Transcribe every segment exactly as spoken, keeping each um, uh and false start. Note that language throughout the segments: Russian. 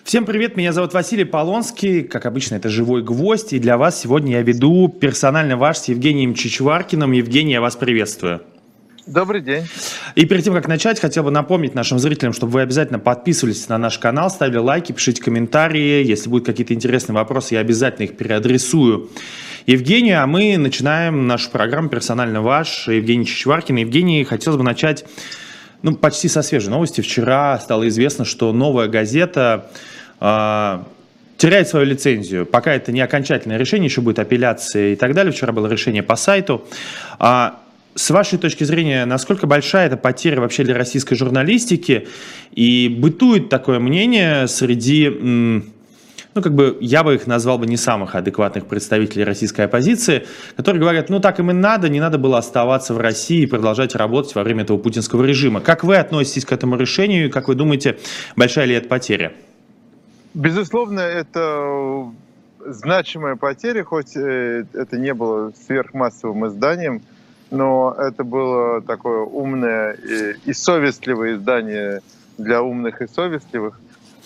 Всем привет, меня зовут Василий Полонский, как обычно это «Живой гвоздь», и для вас сегодня я веду персонально ваш с Евгением Чичваркиным. Евгений, я вас приветствую. Добрый день. И перед тем, как начать, хотел бы напомнить нашим зрителям, чтобы вы обязательно подписывались на наш канал, ставили лайки, пишите комментарии. Если будут какие-то интересные вопросы, я обязательно их переадресую Евгению. А мы начинаем нашу программу «Персонально ваш» Евгений Чичваркин. Евгений, хотелось бы начать ну, почти со свежей новости. Вчера стало известно, что «Новая газета» э, теряет свою лицензию. Пока это не окончательное решение, еще будет апелляция и так далее. Вчера было решение по сайту. А С вашей точки зрения, насколько большая эта потеря вообще для российской журналистики? И бытует такое мнение среди, ну, как бы, я бы их назвал бы не самых адекватных представителей российской оппозиции, которые говорят, ну, так им и надо, не надо было оставаться в России и продолжать работать во время этого путинского режима. Как вы относитесь к этому решению и как вы думаете, большая ли это потеря? Безусловно, это значимая потеря, хоть это не было сверхмассовым изданием, но это было такое умное и, и совестливое издание для умных и совестливых.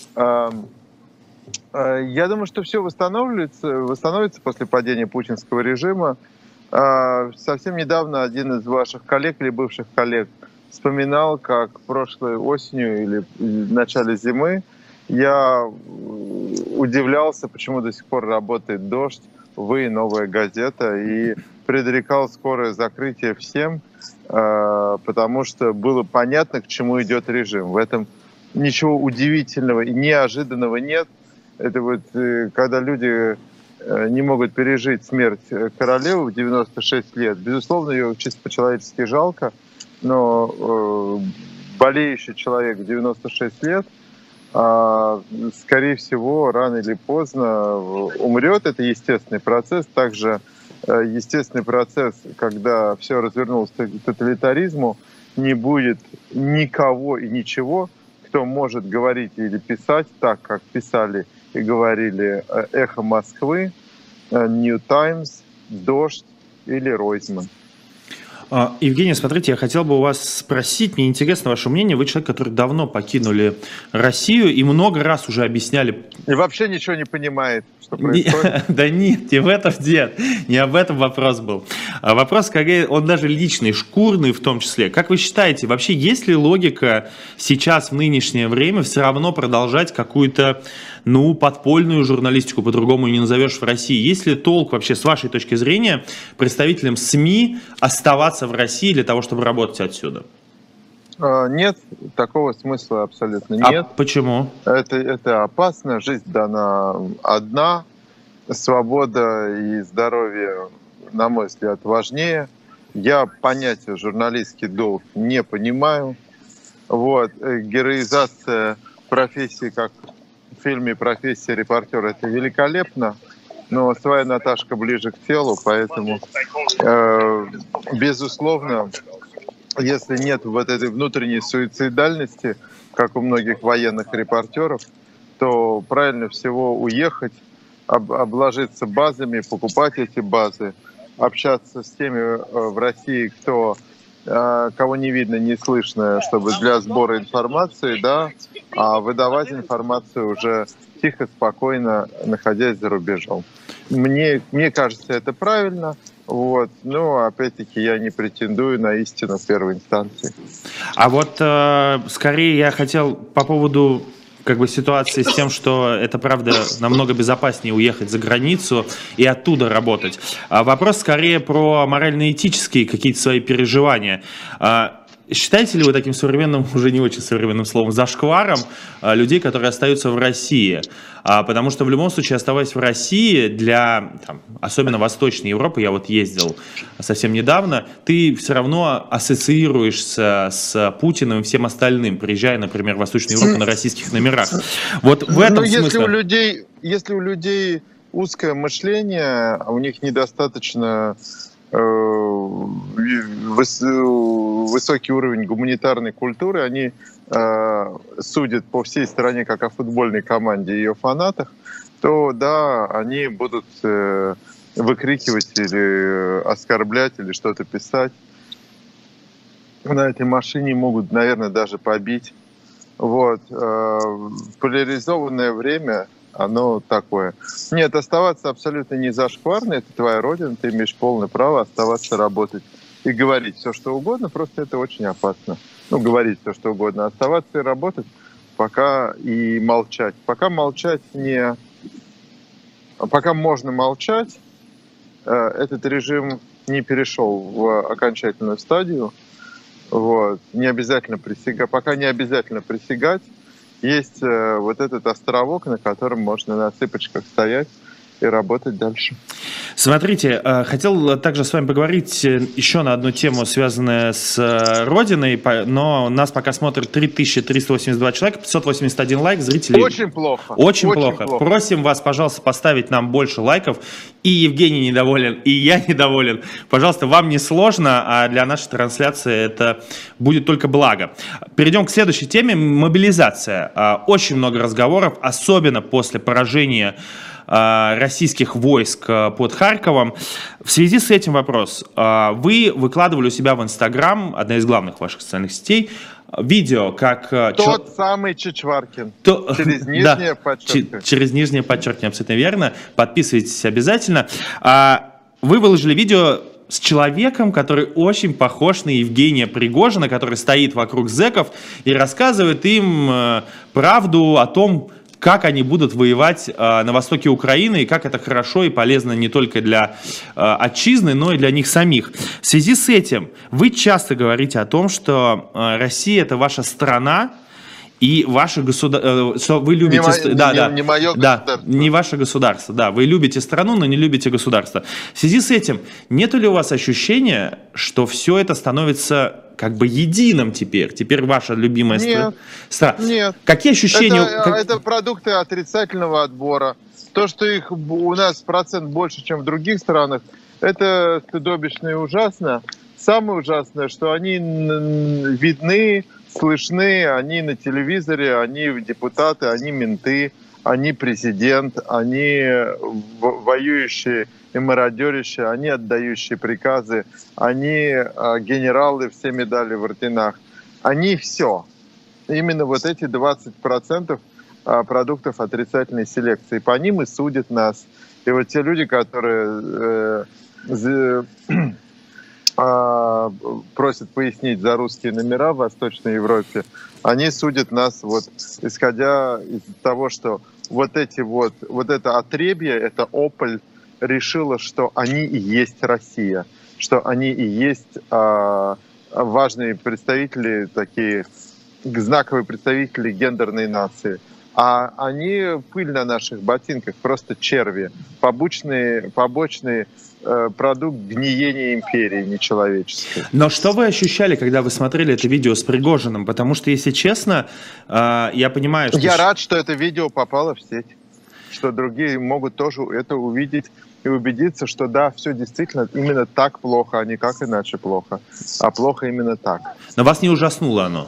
Я думаю, что все восстановится, восстановится после падения путинского режима. Совсем недавно один из ваших коллег или бывших коллег вспоминал, как прошлой осенью или в начале зимы я удивлялся, почему до сих пор работает «Дождь», «Вы», «Новая газета», и предрекал скорое закрытие всем, потому что было понятно, к чему идет режим. В этом ничего удивительного и неожиданного нет. Это вот когда люди не могут пережить смерть королевы в девяносто шесть лет, безусловно, ее чисто по-человечески жалко, но болеющий человек в девяносто шесть лет, скорее всего, рано или поздно умрет. Это естественный процесс. Также естественный процесс, когда все развернулось к тоталитаризму, не будет никого и ничего, кто может говорить или писать так, как писали и говорили «Эхо Москвы», «Нью Таймс», «Дождь» или «Ройзман». Евгений, смотрите, я хотел бы у вас спросить, мне интересно ваше мнение, вы человек, который давно покинули Россию и много раз уже объясняли... И вообще ничего не понимает, что происходит. Да нет, не в этом нет, не об этом вопрос был. Вопрос, скорее, он даже личный, шкурный в том числе. Как вы считаете, вообще есть ли логика сейчас, в нынешнее время, все равно продолжать какую-то, ну, подпольную журналистику, по-другому не назовешь, в России? Есть ли толк вообще, с вашей точки зрения, представителям СМИ оставаться в России для того, чтобы работать отсюда? Нет, такого смысла абсолютно нет. А почему? Это, это опасно, жизнь дана одна, свобода и здоровье, на мой взгляд, важнее. Я понятия журналистский долг не понимаю. Вот. Героизация профессии, как в фильме «Профессия репортера», это великолепно, но своя Наташка ближе к телу, поэтому, э, безусловно, если нет вот этой внутренней суицидальности, как у многих военных репортеров, то правильно всего уехать, об, обложиться базами, покупать эти базы, общаться с теми в России, кто, кого не видно, не слышно, чтобы для сбора информации, да, а выдавать информацию уже тихо, спокойно, находясь за рубежом. Мне, мне кажется, это правильно. Вот. Но, опять-таки, я не претендую на истину в первой инстанции. А вот э, скорее я хотел по поводу как бы ситуации с тем, что это, правда, намного безопаснее уехать за границу и оттуда работать. А вопрос скорее про морально-этические какие-то свои переживания. А считаете ли вы таким современным, уже не очень современным словом, зашкваром а, людей, которые остаются в России? А, потому что в любом случае, оставаясь в России, для, там, особенно Восточной Европы, я вот ездил совсем недавно, ты все равно ассоциируешься с Путиным и всем остальным, приезжая, например, в Восточную Европу на российских номерах. Вот в этом Но если смысле... у людей, если у людей узкое мышление, у них недостаточно... высокий уровень гуманитарной культуры, они э, судят по всей стране как о футбольной команде и ее фанатах, то да, они будут э, выкрикивать или оскорблять, или что-то писать. На этой машине могут, наверное, даже побить. Вот. Э, поляризованное время, оно такое. Нет, оставаться абсолютно не зашкварно, это твоя родина, ты имеешь полное право оставаться, работать и говорить все, что угодно, просто это очень опасно. Ну, говорить все, что угодно, оставаться и работать, пока и молчать. Пока молчать не... Пока можно молчать, этот режим не перешел в окончательную стадию. Вот. Не обязательно присягать. Пока не обязательно присягать. Есть э, вот этот островок, на котором можно на цыпочках стоять и работать дальше. Смотрите, хотел также с вами поговорить еще на одну тему, связанную с Родиной, но нас пока смотрит три тысячи триста восемьдесят два человека, пятьсот восемьдесят один лайк, зрителей... Очень плохо. Очень, Очень плохо. плохо. Просим вас, пожалуйста, поставить нам больше лайков. И Евгений недоволен, и я недоволен. Пожалуйста, вам не сложно, а для нашей трансляции это будет только благо. Перейдем к следующей теме. Мобилизация. Очень много разговоров, особенно после поражения российских войск под Харьковом. В связи с этим вопрос. Вы выкладывали у себя в Инстаграм, одна из главных ваших социальных сетей, видео, как... Тот чел... самый Чичваркин. То... Через нижнее да, подчеркивание. Через нижнее подчеркивание, абсолютно верно. Подписывайтесь обязательно. Вы выложили видео с человеком, который очень похож на Евгения Пригожина, который стоит вокруг зэков и рассказывает им правду о том, как они будут воевать э, на востоке Украины, и как это хорошо и полезно не только для э, отчизны, но и для них самих. В связи с этим вы часто говорите о том, что э, Россия — это ваша страна, и ваше государство, э, что вы любите... Не, мо... да, не, да, не мое да, государство. Не ваше государство, да. Вы любите страну, но не любите государство. В связи с этим, нет ли у вас ощущения, что все это становится... как бы единым теперь. Теперь ваша любимая нет, страна. Нет. Какие ощущения? Это, как... это продукты отрицательного отбора. То, что их у нас процент больше, чем в других странах, это стыдобищно и ужасно. Самое ужасное, что они видны, слышны, они на телевизоре, они депутаты, они менты, они президент, они воюющие и мародерища, они отдающие приказы, они э, генералы, все медали в орденах. Они все. Именно вот эти двадцать процентов э, продуктов отрицательной селекции. По ним и судят нас. И вот те люди, которые э, э, просят пояснить за русские номера в Восточной Европе, они судят нас, вот, исходя из того, что вот эти вот, вот это отребье, это ополь, решила, что они и есть Россия, что они и есть э, важные представители, такие знаковые представители гендерной нации. А они пыль на наших ботинках, просто черви, побочный, побочный э, продукт гниения империи нечеловеческой. Но что вы ощущали, когда вы смотрели это видео с Пригожиным? Потому что, если честно, э, я понимаю, что... Я рад, что это видео попало в сеть, что другие могут тоже это увидеть и убедиться, что да, все действительно именно так плохо, а не как иначе плохо, а плохо именно так. Но вас не ужаснуло оно?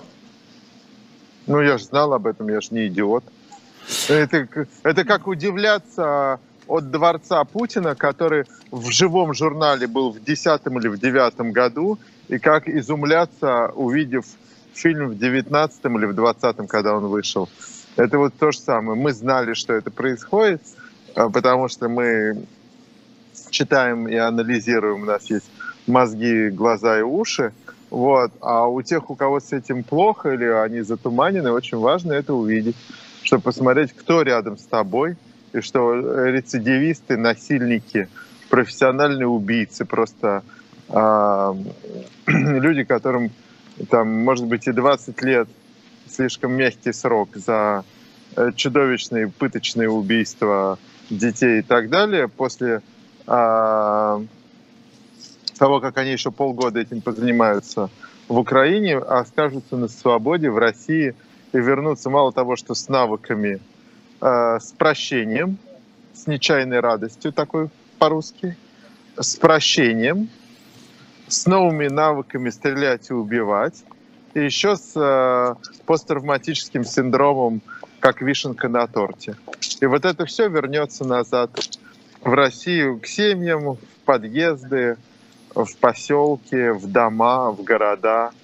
Ну, я же знал об этом, я же не идиот. Это, это как удивляться от дворца Путина, который в живом журнале был в десятом или в девятом году, и как изумляться, увидев фильм в девятнадцатом или в двадцатом, когда он вышел. Это вот то же самое. Мы знали, что это происходит, потому что мы читаем и анализируем, у нас есть мозги, глаза и уши. Вот. А у тех, у кого с этим плохо или они затуманены, очень важно это увидеть, чтобы посмотреть, кто рядом с тобой, и что рецидивисты, насильники, профессиональные убийцы, просто э, люди, которым там, может быть, и двадцать лет слишком мягкий срок за чудовищные пыточные убийства детей и так далее, после э, того, как они еще полгода этим позанимаются в Украине, окажутся на свободе в России и вернутся мало того, что с навыками, э, с прощением, с нечаянной радостью, такой по-русски, с прощением, с новыми навыками стрелять и убивать, и еще с э, посттравматическим синдромом, как вишенка на торте. И вот это все вернется назад в Россию, к семьям, в подъезды, в поселки, в дома, в города.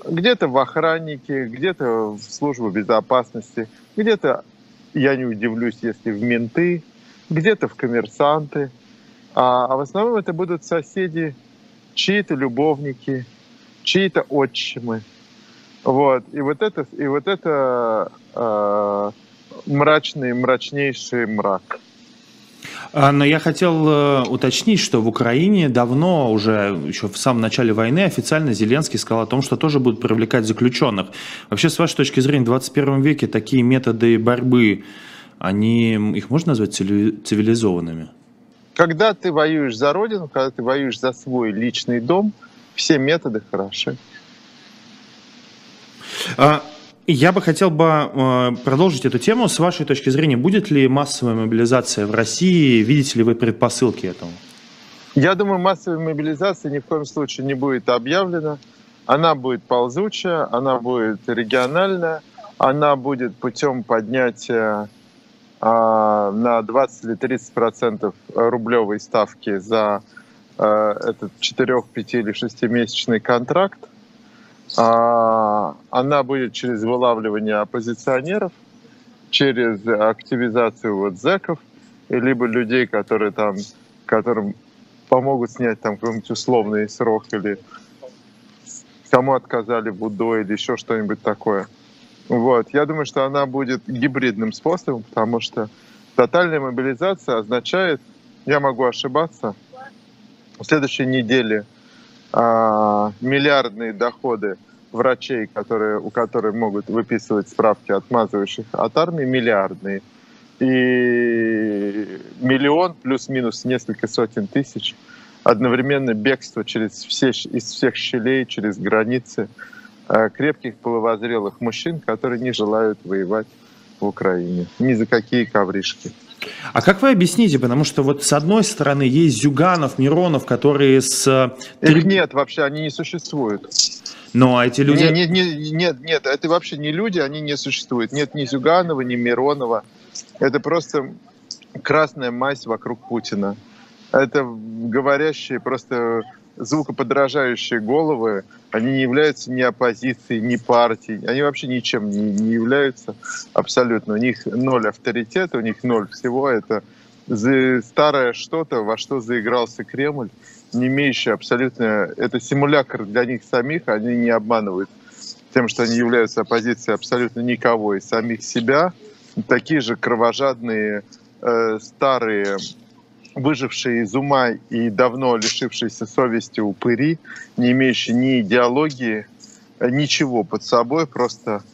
где-то в охраннике, где-то в службу безопасности, где-то, я не удивлюсь, если в менты, где-то в коммерсанты. А, а в основном это будут соседи, чьи-то любовники, чьи-то отчимы. Вот. И вот это, и вот это э, мрачный, мрачнейший мрак. А, Но я хотел э, уточнить, что в Украине давно, уже еще в самом начале войны, официально Зеленский сказал о том, что тоже будут привлекать заключенных. Вообще, с вашей точки зрения, в двадцать первом веке такие методы борьбы, они, их можно назвать цивили- цивилизованными? Когда ты воюешь за родину, когда ты воюешь за свой личный дом, все методы хороши. А, Я бы хотел бы э, продолжить эту тему. С вашей точки зрения, будет ли массовая мобилизация в России? Видите ли вы предпосылки этому? Я думаю, массовая мобилизация ни в коем случае не будет объявлена. Она будет ползучая, она будет региональная, она будет путем поднятия а, на двадцать или тридцать процентов рублевой ставки за а, этот четырех, пяти или шестимесячный контракт. А, она будет через вылавливание оппозиционеров, через активизацию вот зэков, либо людей, которые там, которым помогут снять там какой-нибудь условный срок, или кому отказали в УДО, или еще что-нибудь такое. Вот. Я думаю, что она будет гибридным способом, потому что тотальная мобилизация означает, я могу ошибаться, в следующей неделе а, миллиардные доходы врачей, которые, у которых могут выписывать справки, отмазывающих от армии, миллиардные. И миллион плюс-минус несколько сотен тысяч одновременно бегство через все, из всех щелей, через границы э, крепких половозрелых мужчин, которые не желают воевать в Украине. Ни за какие ковришки. А как вы объясните? Потому что вот с одной стороны есть Зюганов, Миронов, которые с... Их нет вообще, они не существуют. Но эти люди... Не, не, не, нет, нет, это вообще не люди, они не существуют. Нет ни Зюганова, ни Миронова. Это просто красная мазь вокруг Путина. Это говорящие, просто звукоподражающие головы. Они не являются ни оппозицией, ни партией. Они вообще ничем не, не являются абсолютно. У них ноль авторитета, у них ноль всего. Это старое что-то, во что заигрался Кремль, не имеющее абсолютно... Это симулятор для них самих. Они не обманывают тем, что они являются оппозицией абсолютно никого, и самих себя. Такие же кровожадные, э, старые, выжившие из ума и давно лишившиеся совести упыри, не имеющие ни идеологии, ничего под собой, просто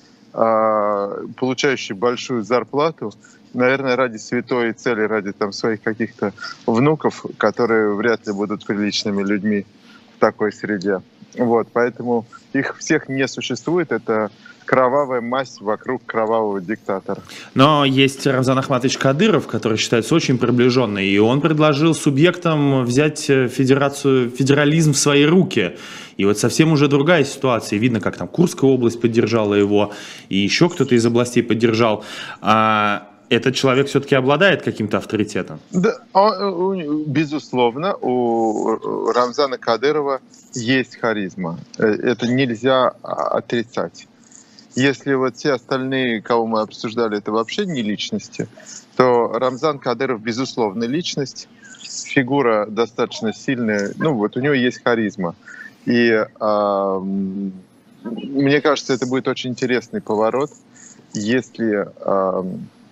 э, получающие большую зарплату, наверное, ради святой цели, ради там своих каких-то внуков, которые вряд ли будут приличными людьми в такой среде. Вот, поэтому их всех не существует. Это кровавая мазь вокруг кровавого диктатора. Но есть Рамзан Ахматович Кадыров, который считается очень приближенный, и он предложил субъектам взять федерацию, федерализм в свои руки. И вот совсем уже другая ситуация. Видно, как там Курская область поддержала его, и еще кто-то из областей поддержал. А этот человек все-таки обладает каким-то авторитетом? Да, безусловно, у Рамзана Кадырова есть харизма. Это нельзя отрицать. Если вот все остальные, кого мы обсуждали, это вообще не личности, то Рамзан Кадыров, безусловно, личность, фигура достаточно сильная, ну вот у него есть харизма. И э, мне кажется, это будет очень интересный поворот, если э,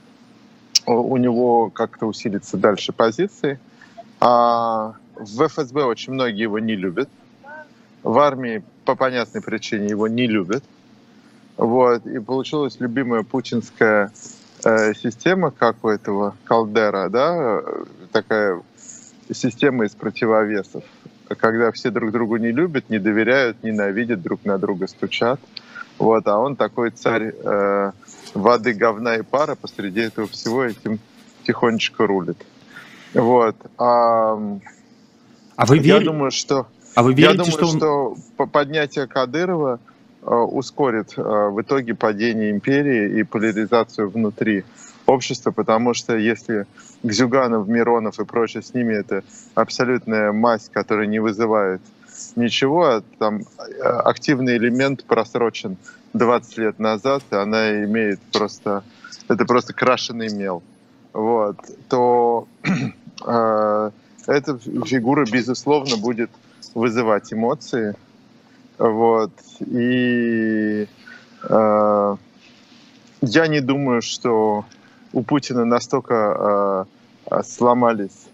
у него как-то усилится дальше позиции. А в эф эс бэ очень многие его не любят, в армии по понятной причине его не любят. Вот, и получилась любимая путинская э, система, как у этого Калдера, да, такая система из противовесов, когда все друг другу не любят, не доверяют, ненавидят, друг на друга стучат. Вот, а он такой царь э, воды, говна и пара, посреди этого всего этим тихонечко рулит. Вот. А, а вы я верите, думаю, что, а вы верите, я думаю, что, он... что поднятие Кадырова ускорит в итоге падение империи и поляризацию внутри общества, потому что если Зюганов, Миронов и прочее с ними это абсолютная мазь, которая не вызывает ничего, а там активный элемент просрочен двадцать лет назад, и она имеет просто, это просто крашеный мел, вот, то э, эта фигура, безусловно, будет вызывать эмоции, вот, и э, я не думаю, что у Путина настолько э, сломались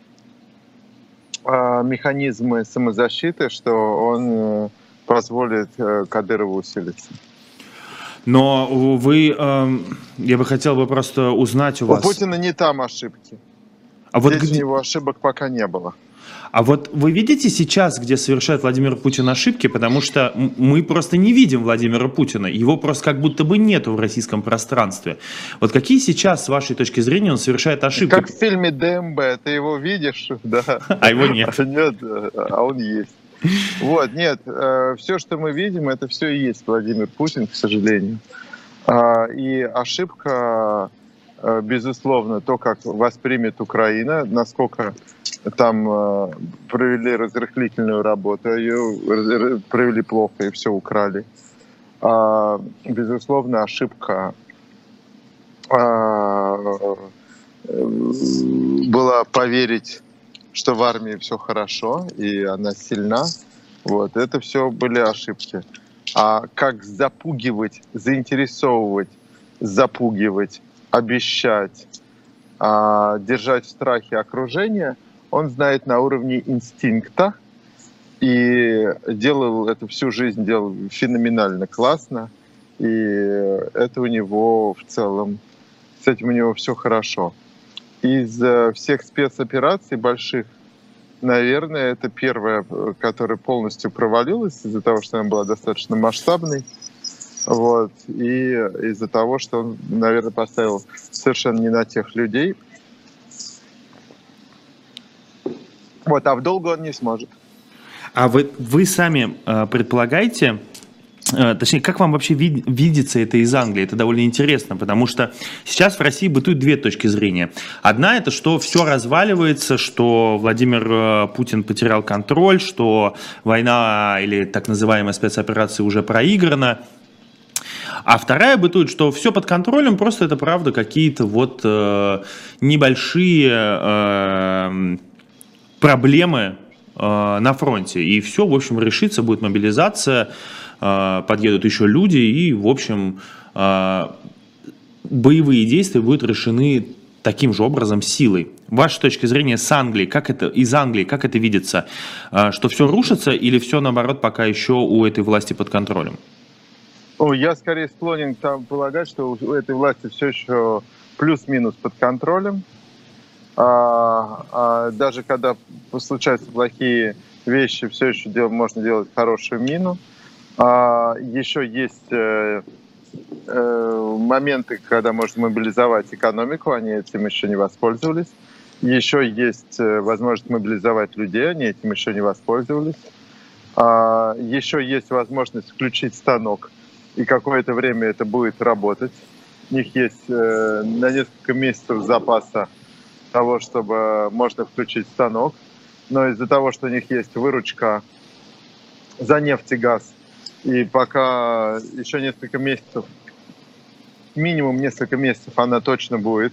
э, механизмы самозащиты, что он э, позволит э, Кадырову усилиться. Но вы, э, я бы хотел бы просто узнать у, у вас... У Путина не там ошибки. А вот Здесь где... у него ошибок пока не было. А вот вы видите сейчас, где совершает Владимир Путин ошибки, потому что мы просто не видим Владимира Путина, его просто как будто бы нету в российском пространстве. Вот какие сейчас, с вашей точки зрения, он совершает ошибки? Как в фильме ДМБ, ты его видишь, да, а его нет. Нет, а он есть. Вот, нет, все, что мы видим, это все и есть Владимир Путин, к сожалению. И ошибка, безусловно, то, как воспримет Украина, насколько там э, провели разрыхлительную работу, ее провели плохо и все украли. А, безусловно, ошибка а, была поверить, что в армии все хорошо и она сильна. Вот, это все были ошибки. А как запугивать, заинтересовывать, запугивать, обещать, а, держать в страхе окружение, он знает на уровне инстинкта и делал это всю жизнь, делал феноменально классно. И это у него в целом, с этим у него все хорошо. Из всех спецопераций больших, наверное, это первая, которая полностью провалилась из-за того, что она была достаточно масштабной. Вот. И из-за того, что он, наверное, поставил совершенно не на тех людей. Вот, а в долгу он не сможет. А вы, вы сами э, предполагаете, э, точнее, как вам вообще вид, видится это из Англии? Это довольно интересно, потому что сейчас в России бытуют две точки зрения. Одна — это что все разваливается, что Владимир э, Путин потерял контроль, что война или так называемая спецоперация уже проиграна. А вторая бытует, что все под контролем, просто это правда какие-то вот э, небольшие... Э, проблемы э, на фронте. И все, в общем, решится, будет мобилизация, э, подъедут еще люди, и, в общем, э, боевые действия будут решены таким же образом силой. Ваша точка зрения с Англии, как это, из Англии, как это видится? Э, что все рушится или все, наоборот, пока еще у этой власти под контролем? О, я скорее склонен там полагать, что у этой власти все еще плюс-минус под контролем. А, а, даже когда случаются плохие вещи, все еще дел, можно делать хорошую мину. А, еще есть э, э, моменты, когда можно мобилизовать экономику, они этим еще не воспользовались. Еще есть э, возможность мобилизовать людей, они этим еще не воспользовались. А, еще есть возможность включить станок, и какое-то время это будет работать. У них есть э, на несколько месяцев запаса того, чтобы можно включить станок, но из-за того, что у них есть выручка за нефть и газ, и пока еще несколько месяцев, минимум несколько месяцев она точно будет,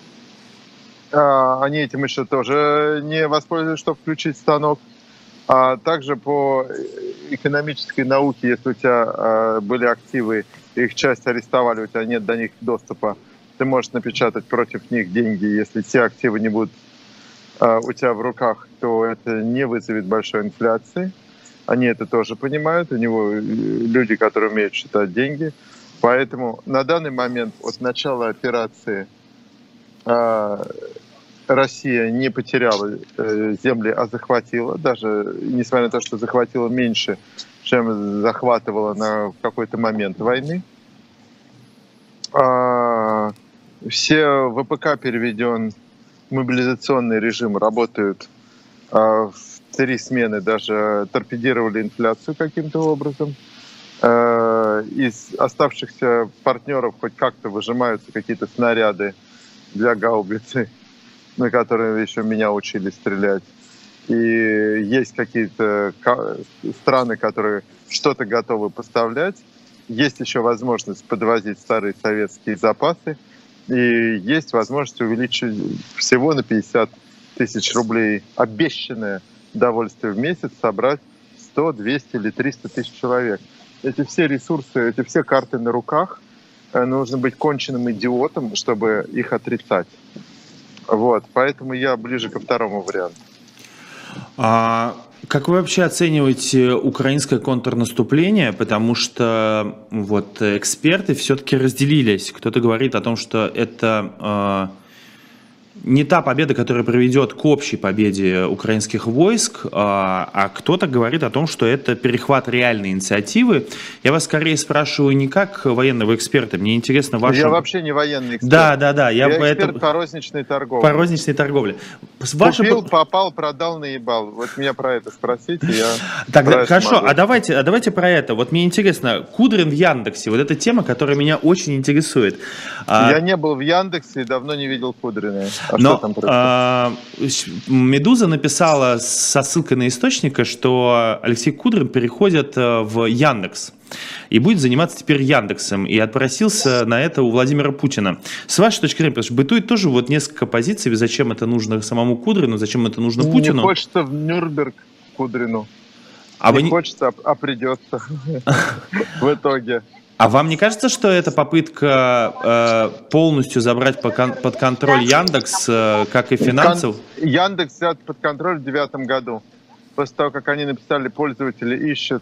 они этим еще тоже не воспользуются, чтобы включить станок. А также по экономической науке, если у тебя были активы, их часть арестовали, у тебя нет до них доступа, ты можешь напечатать против них деньги. Если те активы не будут э, у тебя в руках, то это не вызовет большой инфляции. Они это тоже понимают. У него люди, которые умеют считать деньги. Поэтому на данный момент от начала операции э, Россия не потеряла э, земли, а захватила. Даже несмотря на то, что захватила меньше, чем захватывала на какой-то момент войны. Э, Все ВПК переведен в мобилизационный режим, работают э, в три смены, даже торпедировали инфляцию каким-то образом. Э, из оставшихся партнеров хоть как-то выжимаются какие-то снаряды для гаубицы, на которые еще меня учили стрелять. и есть какие-то страны, которые что-то готовы поставлять. Есть еще возможность подвозить старые советские запасы, и есть возможность увеличить всего на пятьдесят тысяч рублей обещанное удовольствие в месяц, собрать сто, двести или триста тысяч человек. Эти все ресурсы, эти все карты на руках, нужно быть конченным идиотом, чтобы их отрицать. Вот, поэтому я ближе ко второму варианту. А как вы вообще оцениваете украинское контрнаступление? Потому что вот эксперты все-таки разделились. Кто-то говорит о том, что это э, не та победа, которая приведет к общей победе украинских войск, а, а кто-то говорит о том, что это перехват реальной инициативы. Я вас скорее спрашиваю не как военного эксперта, мне интересно ваше... Я вообще не военный эксперт. Да, да, да. Я, я эксперт это... по розничной торговле. По розничной торговле. Ваше... Купил, попал, продал, наебал. Вот меня про это спросите, я... Тогда, хорошо, могу. а давайте, а давайте про это. Вот мне интересно, Кудрин в Яндексе, вот эта тема, которая меня очень интересует. Я а... не был в Яндексе и давно не видел Кудрина. А Но что там а, Медуза написала со ссылкой на источника, что Алексей Кудрин переходит в Яндекс и будет заниматься теперь Яндексом, и отпросился на это у Владимира Путина. С вашей точки зрения, потому что бытует тоже вот несколько позиций, зачем это нужно самому Кудрину, зачем это нужно не Путину. Не хочется в Нюрнберг Кудрину. А не вы... хочется, а придется в итоге. А вам не кажется, что это попытка э, полностью забрать по кон- под контроль Яндекс, э, как и финансов? Кон- Яндекс взят под контроль в девятом году. После того, как они написали, пользователи ищут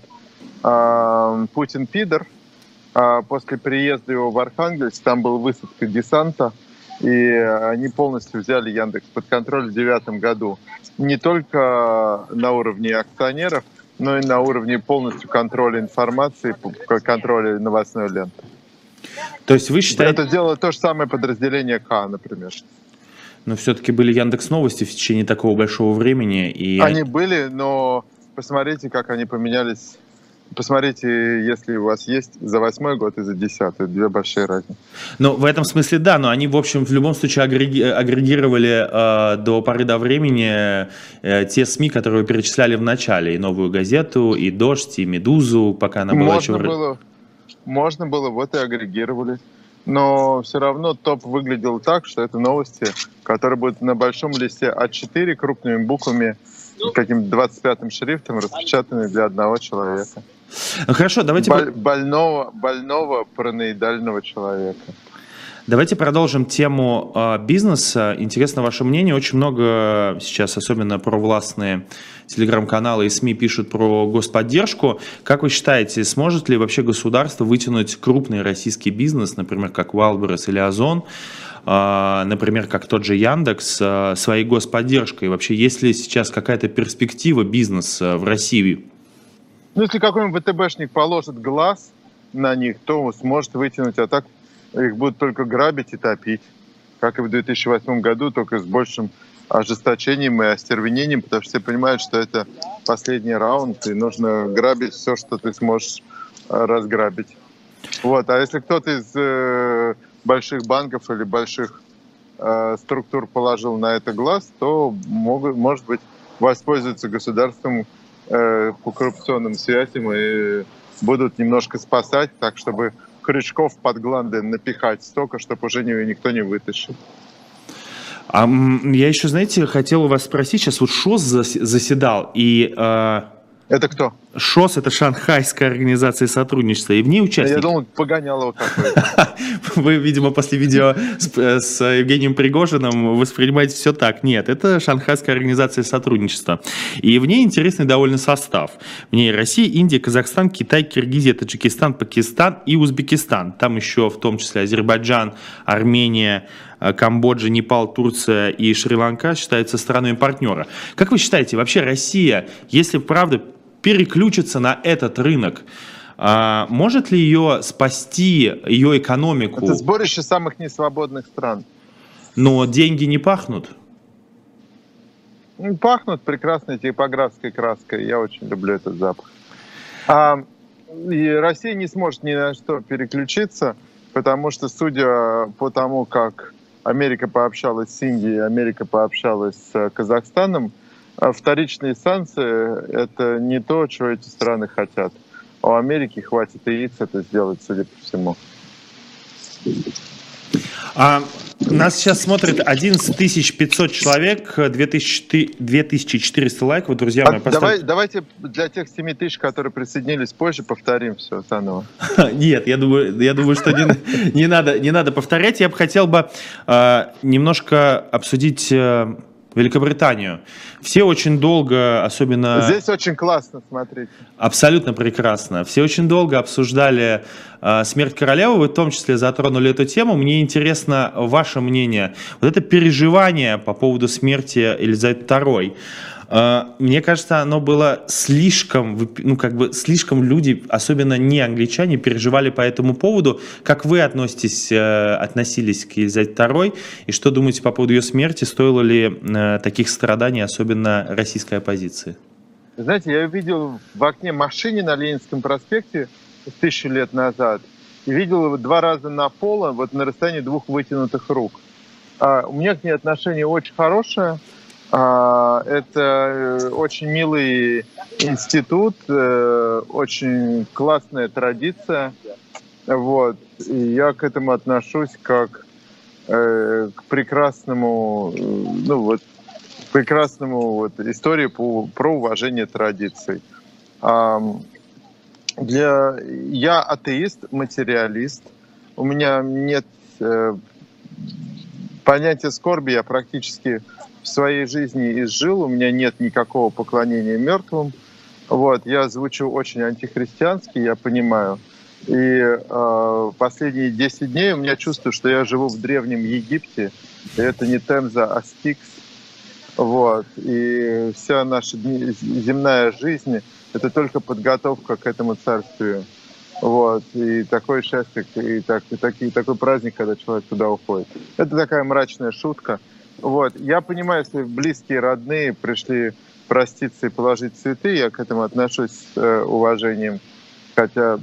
э, Путин пидор, э, после приезда его в Архангельск, там была высадка десанта, и они полностью взяли Яндекс под контроль в девятом году. Не только на уровне акционеров, но и на уровне полностью контроля информации, контроля новостной ленты. То есть вы считаете... Это делало то же самое подразделение К, например. Но все-таки были Яндекс.Новости в течение такого большого времени. И... Они были, но посмотрите, как они поменялись. Посмотрите, если у вас есть за восьмой год и за десятый. Две большие разницы. Ну, в этом смысле, да, но они, в общем, в любом случае агреги- агрегировали э, до поры до времени э, те СМИ, которые вы перечисляли в начале. И «Новую газету», и «Дождь», и «Медузу», пока она была можно еще... Было, можно было, вот и агрегировали. Но все равно топ выглядел так, что это новости, которые будут на большом листе а четыре крупными буквами, каким-то двадцать пятым шрифтом, распечатаны для одного человека. Хорошо, давайте... Боль, больного, больного параноидального человека. Давайте продолжим тему э, бизнеса. Интересно ваше мнение. Очень много сейчас, особенно провластные телеграм-каналы и СМИ пишут про господдержку. Как вы считаете, сможет ли вообще государство вытянуть крупный российский бизнес, например, как Wildberries или Озон, э, например, как тот же Яндекс, э, своей господдержкой? Вообще, есть ли сейчас какая-то перспектива бизнеса в России? Ну, если какой-нибудь ВТБшник положит глаз на них, то сможет вытянуть, а так их будут только грабить и топить. Как и в две тысячи восьмом году, только с большим ожесточением и остервенением, потому что все понимают, что это последний раунд, и нужно грабить все, что ты сможешь разграбить. Вот. А если кто-то из э, больших банков или больших э, структур положил на это глаз, то могут, может быть, воспользуются государством э, по коррупционным связям и будут немножко спасать, так чтобы крючков под гланды напихать столько, чтобы уже никто не вытащил. А я еще, знаете, хотел у вас спросить, сейчас вот ШОС заседал, и... Э, это кто? ШОС — это Шанхайская организация сотрудничества, и в ней участники... Я думал, Погонялова какой-то. Вы, видимо, после видео с, с Евгением Пригожиным воспринимаете все так. Нет, это Шанхайская организация сотрудничества. И в ней интересный довольно состав. В ней Россия, Индия, Казахстан, Китай, Киргизия, Таджикистан, Пакистан и Узбекистан. Там еще в том числе Азербайджан, Армения, Камбоджа, Непал, Турция и Шри-Ланка считаются странами партнера. Как вы считаете, вообще Россия, если правда переключится на этот рынок, а может ли ее спасти, ее экономику? Это сборище самых несвободных стран. Но деньги не пахнут? Ну, пахнут прекрасной типографской краской. Я очень люблю этот запах. А, и Россия не сможет ни на что переключиться, потому что, судя по тому, как Америка пообщалась с Индией, Америка пообщалась с Казахстаном, А вторичные санкции — это не то, чего эти страны хотят. А у Америки хватит яиц это сделать, судя по всему. А нас сейчас смотрит одиннадцать тысяч пятьсот человек, две тысячи четыреста лайков. Друзья мои, А поставь... давай, давайте для тех семи тысяч, которые присоединились позже, повторим все заново. Нет, я думаю, я думаю, что не, не, надо, не надо повторять. Я бы хотел бы э, немножко обсудить э, Великобританию. Все очень долго, особенно... Здесь очень классно смотреть. Абсолютно прекрасно. Все очень долго обсуждали э, смерть королевы, вы в том числе затронули эту тему. Мне интересно ваше мнение. Вот это переживание по поводу смерти Елизаветы второй. Э, мне кажется, оно было слишком, ну как бы слишком люди, особенно не англичане, переживали по этому поводу. Как вы относитесь, э, относились к Елизавете второй? И что думаете по поводу ее смерти? Стоило ли э, таких страданий, особенно российской оппозиции? Знаете, я видел в окне машины на Ленинском проспекте тысячу лет назад и видел его два раза на поло, вот на расстоянии двух вытянутых рук. А, у меня к ней отношение очень хорошее. А, это очень милый институт, э, очень классная традиция. Вот. И я к этому отношусь как э, к прекрасному, ну вот, прекрасному вот, истории по, про уважение традиций. А, для, я атеист, материалист. У меня нет э, понятия скорби, я практически в своей жизни изжил, у меня нет никакого поклонения мертвым. Вот, я звучу очень антихристиански, я понимаю. И э, последние десять дней у меня чувство, что я живу в Древнем Египте. И это не Темза, а Стикс. Вот. И вся наша земная жизнь — это только подготовка к этому царствию. Вот. И такое счастье, и, так, и, так, и такой праздник, когда человек туда уходит. Это такая мрачная шутка. Вот. Я понимаю, если близкие, родные пришли проститься и положить цветы, я к этому отношусь с э, уважением. Хотя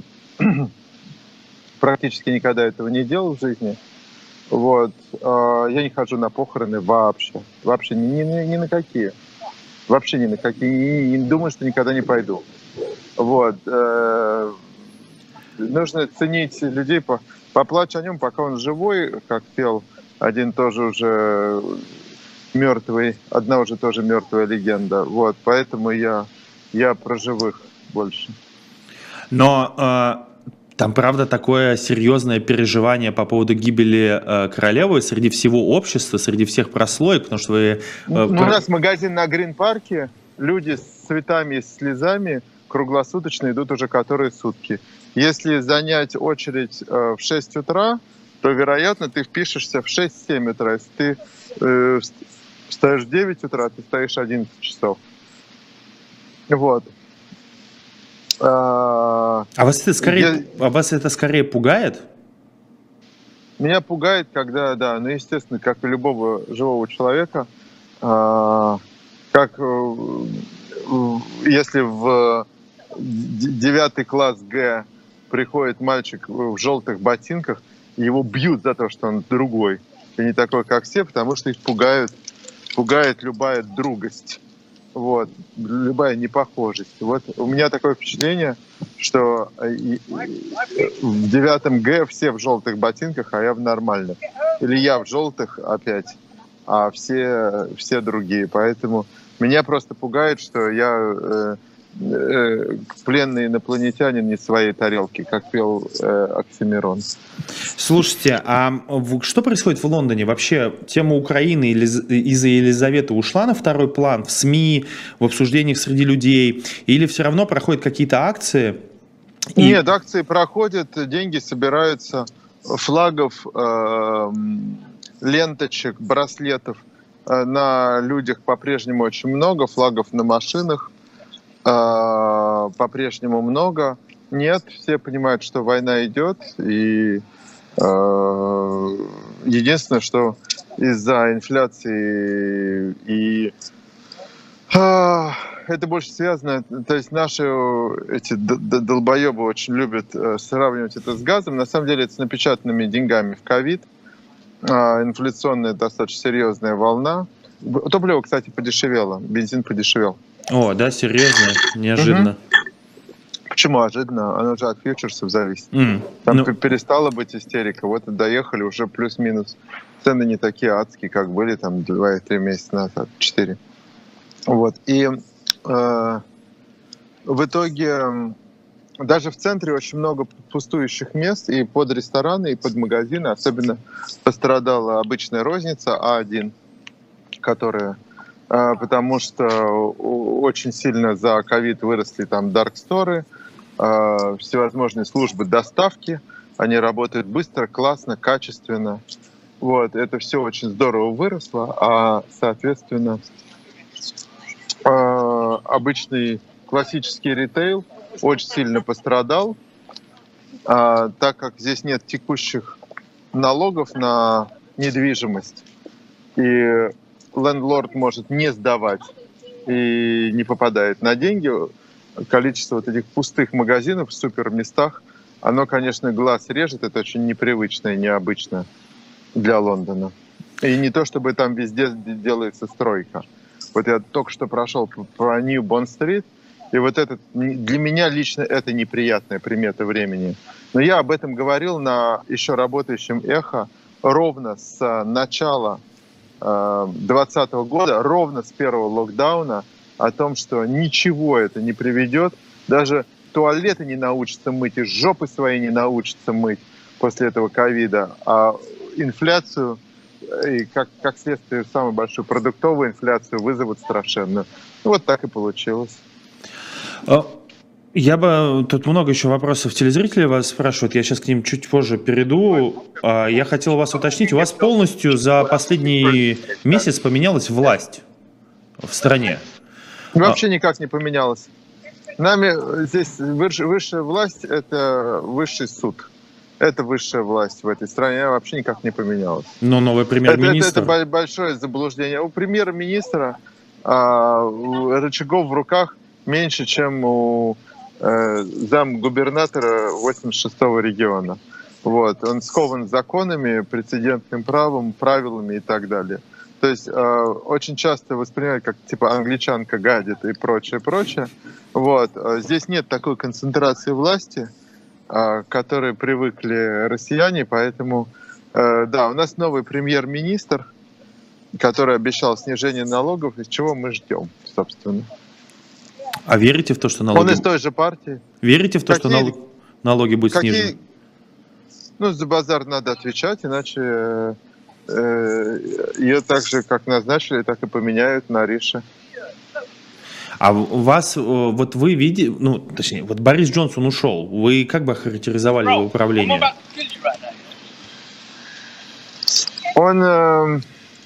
практически никогда этого не делал в жизни. Вот. Я не хожу на похороны вообще. Вообще ни, ни, ни на какие. Вообще ни на какие. Не, не думаю, что никогда не пойду. Вот. Нужно ценить людей, поплачь о нем, пока он живой, как пел один тоже уже мертвый, одна уже тоже мертвая легенда. Вот. Поэтому я, я про живых больше. Но... А... Там, правда, такое серьезное переживание по поводу гибели э, королевы среди всего общества, среди всех прослоек, потому что вы... Э, ну, про... У нас магазин на Грин-парке, люди с цветами и с слезами круглосуточно идут уже которые сутки. Если занять очередь э, в шесть утра, то, вероятно, ты впишешься в шесть-семь утра. Если ты э, встаешь в девять утра, ты стоишь одиннадцать часов. Вот. А вас это скорее, я... а вас это скорее пугает? Меня пугает, когда, да, ну, естественно, как и любого живого человека, э, как э, если в девятый класс Г приходит мальчик в желтых ботинках, его бьют за то, что он другой, и не такой, как все, потому что их пугают, пугает любая другость. Вот, любая непохожесть. Вот у меня такое впечатление, что в девятом Г все в желтых ботинках, а я в нормальных. Или я в желтых опять, а все, все другие. Поэтому меня просто пугает, что я э, э, пленный инопланетянин не своей тарелки, как пел э, Оксимирон. Слушайте, а что происходит в Лондоне? Вообще тема Украины из-за Елизаветы ушла на второй план в СМИ, в обсуждениях среди людей? Или все равно проходят какие-то акции? И... Нет, акции проходят, деньги собираются, флагов, э, ленточек, браслетов э, на людях по-прежнему очень много, флагов на машинах э, по-прежнему много. Нет, все понимают, что война идет, и э, единственное, что из-за инфляции и э, это больше связано, то есть наши эти долбоебы очень любят э, сравнивать это с газом, на самом деле это с напечатанными деньгами в ковид, э, инфляционная достаточно серьезная волна, Топливо, кстати, подешевело, бензин подешевел. О, да, серьезно, неожиданно. Угу. Почему ожиданно? Оно же от фьючерсов зависит. Mm. Там ну... перестала быть истерика. Вот и доехали уже плюс-минус. Цены не такие адские, как были там два-три месяца назад, четыре. Вот. И э, в итоге даже в центре очень много пустующих мест и под рестораны, и под магазины. Особенно пострадала обычная розница А один, которая... потому что очень сильно за ковид выросли там дарксторы, всевозможные службы доставки. Они работают быстро, классно, качественно. Вот, это все очень здорово выросло, а, соответственно, обычный классический ритейл очень сильно пострадал, так как здесь нет текущих налогов на недвижимость. И лендлорд может не сдавать и не попадает на деньги. Количество вот этих пустых магазинов в суперместах, оно, конечно, глаз режет. Это очень непривычно и необычно для Лондона. И не то, чтобы там везде делается стройка. Вот я только что прошел по Нью Бонд-стрит, и вот это, для меня лично это неприятная примета времени. Но я об этом говорил на еще работающем «Эхо» ровно с начала двадцатого года, ровно с первого локдауна, о том, что ничего это не приведет, даже туалеты не научатся мыть, и жопы свои не научатся мыть после этого ковида, а инфляцию, и как, как следствие самую большую продуктовую инфляцию вызовут страшенно. Вот так и получилось. Я бы... Тут много еще вопросов телезрителей вас спрашивают. Я сейчас к ним чуть позже перейду. Я хотел вас уточнить. У вас полностью за последний месяц поменялась власть в стране? Вообще никак не поменялась. Нами здесь высшая власть – это высший суд. Это высшая власть в этой стране. Она вообще никак не поменялась. Но новый премьер-министр... Это, это, это большое заблуждение. У премьер-министра а, рычагов в руках меньше, чем у замгубернатора восемьдесят шестого региона. Вот. Он скован законами, прецедентным правом, правилами и так далее. То есть э, очень часто воспринимают как типа англичанка гадит и прочее, прочее. Вот. Здесь нет такой концентрации власти, э, к которой привыкли россияне, поэтому э, да, у нас новый премьер-министр, который обещал снижение налогов, из чего мы ждем, собственно. А верите в то, что налоги... Он из той же партии. Верите в то, какие... что налог... налоги будут какие... снижены? Ну, за базар надо отвечать, иначе э, э, ее так же, как назначили, так и поменяют на Рише. А у вас, вот вы видите, ну, точнее, вот Борис Джонсон ушел, вы как бы охарактеризовали его управление? Он э,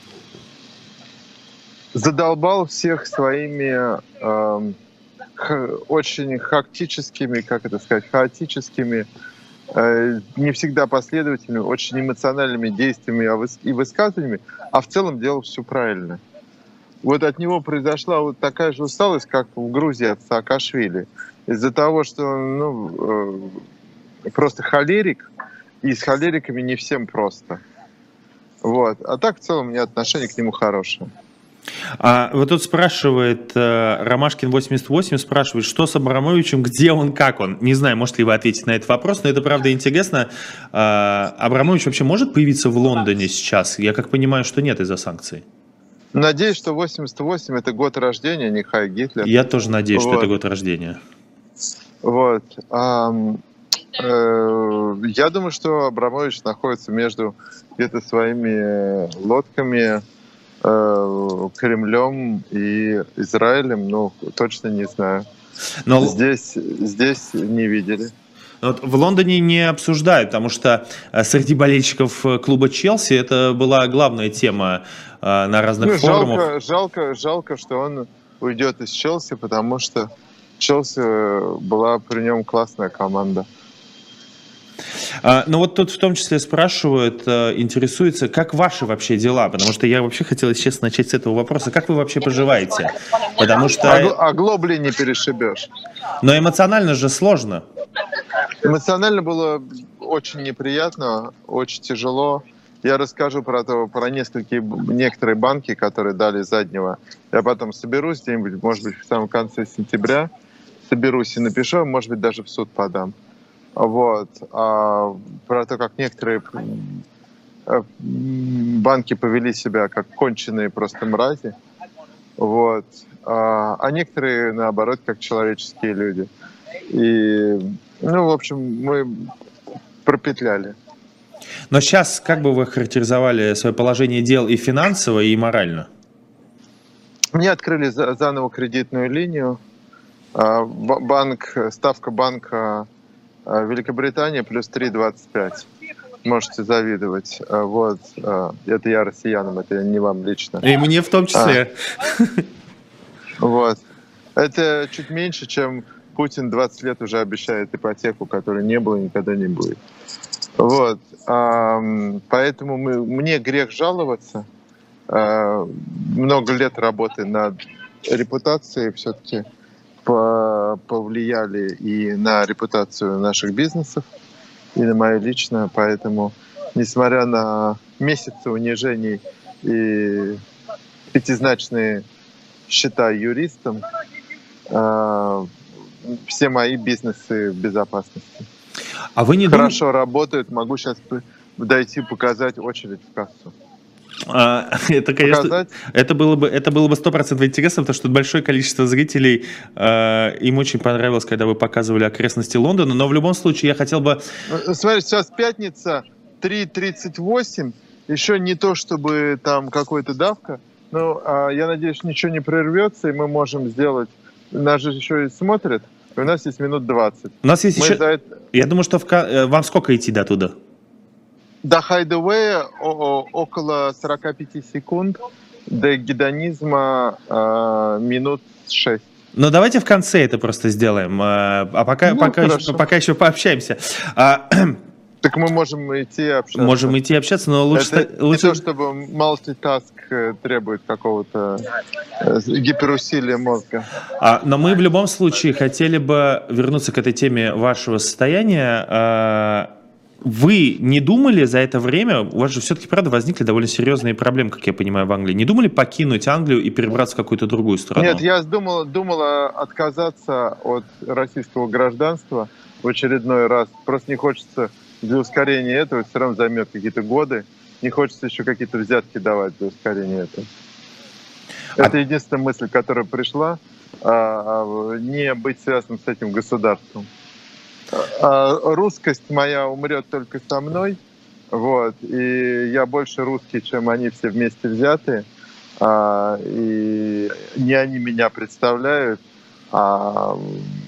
задолбал всех своими... Э, очень хаотическими, как это сказать, хаотическими, э, не всегда последовательными, очень эмоциональными действиями и высказываниями, а в целом делал все правильно. Вот от него произошла вот такая же усталость, как в Грузии от Саакашвили. Из-за того, что он ну, э, просто холерик, и с холериками не всем просто. Вот. А так в целом у меня отношение к нему хорошее. А вот тут спрашивает э, Ромашкин восемьдесят восемь, спрашивает, что с Абрамовичем, где он, как он? Не знаю, можете ли вы ответить на этот вопрос, но это правда интересно. Э, Абрамович вообще может появиться в Лондоне сейчас? Я как понимаю, что нет из-за санкций. Надеюсь, что восемьдесят восемь это год рождения, не Хай Гитлер. Я тоже надеюсь, вот. что это год рождения. Вот. А, э, я думаю, что Абрамович находится между где-то своими лодками, Кремлем и Израилем, ну, точно не знаю. Но... Здесь, здесь не видели. Вот в Лондоне не обсуждают, потому что среди болельщиков клуба Челси это была главная тема на разных ну, форумах. Жалко, жалко, жалко, что он уйдет из Челси, потому что Челси была при нем классная команда. Ну вот тут в том числе спрашивают, интересуются, как ваши вообще дела, потому что я вообще хотел, честно, начать с этого вопроса. Как вы вообще поживаете? Потому что... А, а глобли не перешибешь. Но эмоционально же сложно. Эмоционально было очень неприятно, очень тяжело. я расскажу про, то, про несколько, некоторые банки, которые дали заднего. Я потом соберусь где-нибудь, может быть, в самом конце сентября, соберусь и напишу, может быть, даже в суд подам. Вот. А про то, как некоторые банки повели себя как конченые просто мрази. Вот. А, а некоторые, наоборот, как человеческие люди. И, ну, в общем, мы пропетляли. Но сейчас как бы вы характеризовали свое положение дел и финансово, и морально? Мне открыли за, заново кредитную линию. А, банк, ставка банка а, Великобритании плюс три двадцать пять. Можете завидовать. А, вот. А, это я россиянам, это не вам лично. И мне в том числе. А, вот. Это чуть меньше, чем Путин двадцать лет уже обещает ипотеку, которой не было и никогда не будет. Вот. А, поэтому мы, мне грех жаловаться. А, много лет работы над репутацией все-таки по, повлияли и на репутацию наших бизнесов, и на мою личную. Поэтому, несмотря на месяцы унижений и пятизначные счета юристам, а, все мои бизнесы в безопасности. А вы не Хорошо дум... работают, могу сейчас дойти показать очередь в кассу. А, это, конечно, Показать? это было бы, это было бы сто процентов интересно, потому что большое количество зрителей, э, им очень понравилось, когда вы показывали окрестности Лондона, но в любом случае я хотел бы... Смотри, сейчас пятница, три тридцать восемь, еще не то, чтобы там какая-то давка, но а, я надеюсь, ничего не прервется, и мы можем сделать... Нас же еще и смотрят, и у нас есть минут двадцать. У нас есть мы еще... это... Я думаю, что в... вам сколько идти до туда? До хайдевея около сорок пять секунд, до гедонизма э, минут шесть. Ну, давайте в конце это просто сделаем, а пока, Ну, пока, еще, пока еще пообщаемся. Так мы можем идти общаться. Можем идти общаться, но лучше... Это лучше... не то, чтобы multitask требует какого-то гиперусилия мозга. А, но мы в любом случае хотели бы вернуться к этой теме вашего состояния. Вы не думали за это время, у вас же все-таки, правда, возникли довольно серьезные проблемы, как я понимаю, в Англии. Не думали покинуть Англию и перебраться в какую-то другую страну? Нет, я думал, думала отказаться от российского гражданства в очередной раз. Просто не хочется для ускорения этого, все равно займет какие-то годы. Не хочется еще какие-то взятки давать для ускорения этого. А... Это единственная мысль, которая пришла, не быть связанным с этим государством. Русскость моя умрет только со мной, вот, и я больше русский, чем они все вместе взятые, а, и не они меня представляют, а,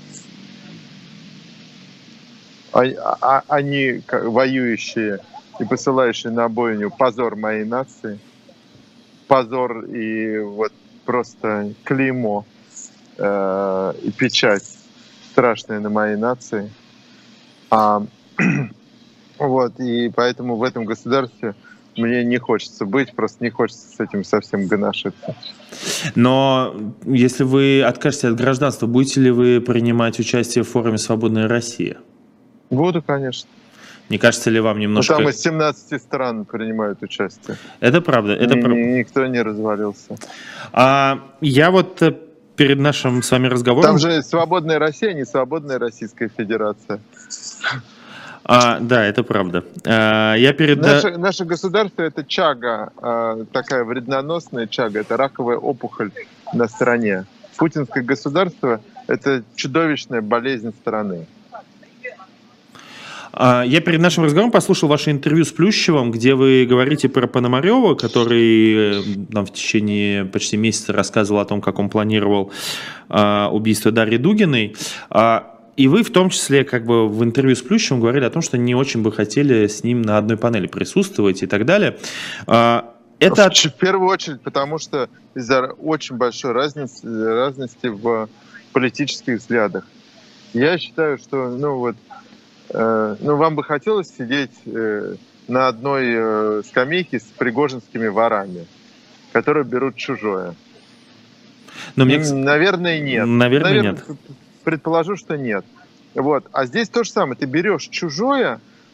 а, а они воюющие и посылающие на бойню позор моей нации, позор и вот просто клеймо э, и печать страшная на моей нации. А, вот, и поэтому в этом государстве мне не хочется быть, просто не хочется с этим совсем гоношиться. Но если вы откажетесь от гражданства, будете ли вы принимать участие в форуме «Свободная Россия»? Буду, конечно. Не кажется ли вам немножко... Но там из семнадцати стран принимают участие. Это правда. Это Ни, прав... Никто не развалился. А, я вот перед нашим с вами разговором... Там же «Свободная Россия», не «Свободная Российская Федерация». А, да, это правда. А, я перед... наше, наше государство — это чага, а, такая вредноносная чага, это раковая опухоль на стране. Путинское государство — это чудовищная болезнь страны. А, я перед нашим разговором послушал ваше интервью с Плющевым, где вы говорите про Пономарева, который нам в течение почти месяца рассказывал о том, как он планировал а, убийство Дарьи Дугиной. А, И вы в том числе как бы в интервью с Плющевым говорили о том, что не очень бы хотели с ним на одной панели присутствовать и так далее. Это... В первую очередь, потому что из-за очень большой разницы, разности в политических взглядах. Я считаю, что ну, вот, э, ну, вам бы хотелось сидеть э, на одной э, скамейке с пригожинскими ворами, которые берут чужое. Но мне... Наверное, нет. Наверное, Наверное, нет. Предположу, что нет. Вот. А здесь то же самое. Ты берешь чужое,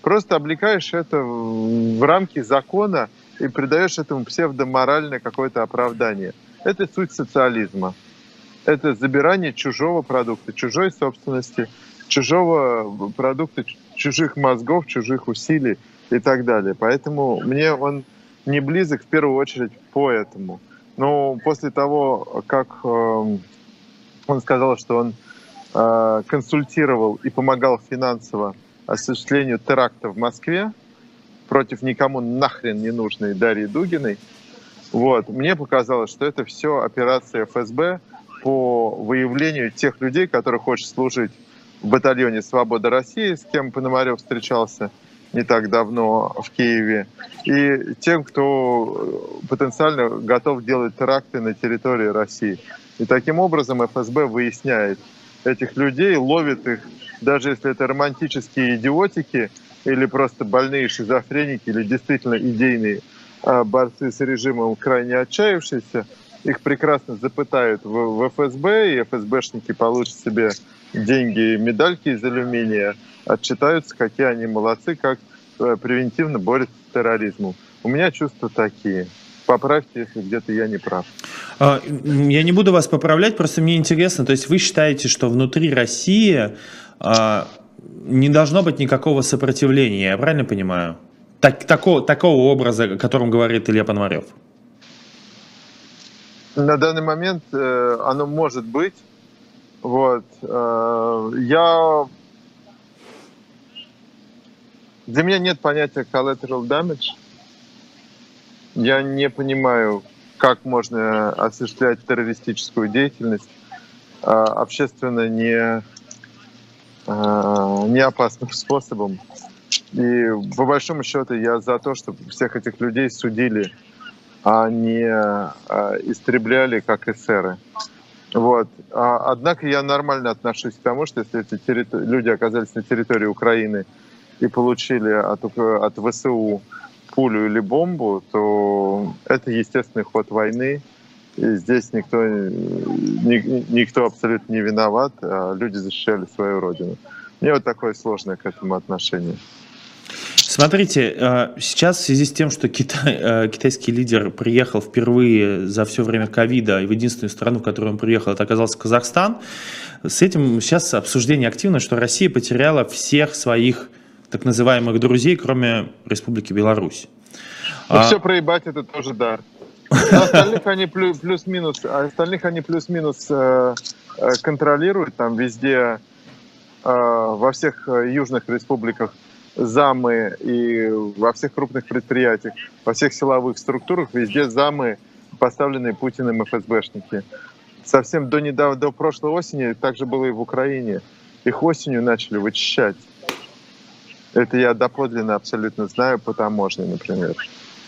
просто облекаешь это в рамки закона и придаешь этому псевдоморальное какое-то оправдание. Это суть социализма. Это забирание чужого продукта, чужой собственности, чужого продукта, чужих мозгов, чужих усилий и так далее. Поэтому мне он не близок в первую очередь по этому. Но после того, как э, он сказал, что он э, консультировал и помогал финансово осуществлению теракта в Москве против никому нахрен не нужной Дарьи Дугиной, вот, мне показалось, что это все операция эф эс бэ по выявлению тех людей, которые хочет служить в батальоне «Свобода России», с кем Пономарев встречался не так давно в Киеве, и тем, кто потенциально готов делать теракты на территории России. И таким образом эф эс бэ выясняет этих людей, ловит их, даже если это романтические идиотики или просто больные шизофреники, или действительно идейные борцы с режимом, крайне отчаявшиеся, их прекрасно запытают в, в эф эс бэ, и эф эс бэшники получат себе деньги и медальки из алюминия, отчитаются, какие они молодцы, как превентивно борются с терроризмом. У меня чувства такие. Поправьте, если где-то я не прав. Я не буду вас поправлять, просто мне интересно, то есть вы считаете, что внутри России не должно быть никакого сопротивления, я правильно понимаю? Так, такого, такого образа, о котором говорит Илья Пономарев? На данный момент э, оно может быть. Вот. Э, я... Для меня нет понятия collateral damage. Я не понимаю, как можно осуществлять террористическую деятельность э, общественно не, э, не опасным способом. И по большому счету я за то, чтобы всех этих людей судили, а не а, истребляли как эсеры. Вот. А, однако я нормально отношусь к тому, что если эти территори... люди оказались на территории Украины и получили от, от вэ эс у пулю или бомбу, то это естественный ход войны. И здесь никто, ни, никто абсолютно не виноват, а люди защищали свою родину. Мне вот такое сложное к этому отношение. Смотрите, сейчас в связи с тем, что Китай, китайский лидер приехал впервые за все время ковида, и в единственную страну, в которую он приехал, это оказался Казахстан, с этим сейчас обсуждение активно, что Россия потеряла всех своих так называемых друзей, кроме Республики Беларусь. Ну, а... все проебать — это тоже дар. А остальных они плюс-минус, а остальных они плюс-минус э, контролируют, там везде, э, во всех южных республиках, замы, и во всех крупных предприятиях, во всех силовых структурах везде замы, поставленные Путиным эф эс бэшники. Совсем до недавно, до прошлой осени так же было и в Украине. Их осенью начали вычищать. Это я доподлинно абсолютно знаю по таможне, например.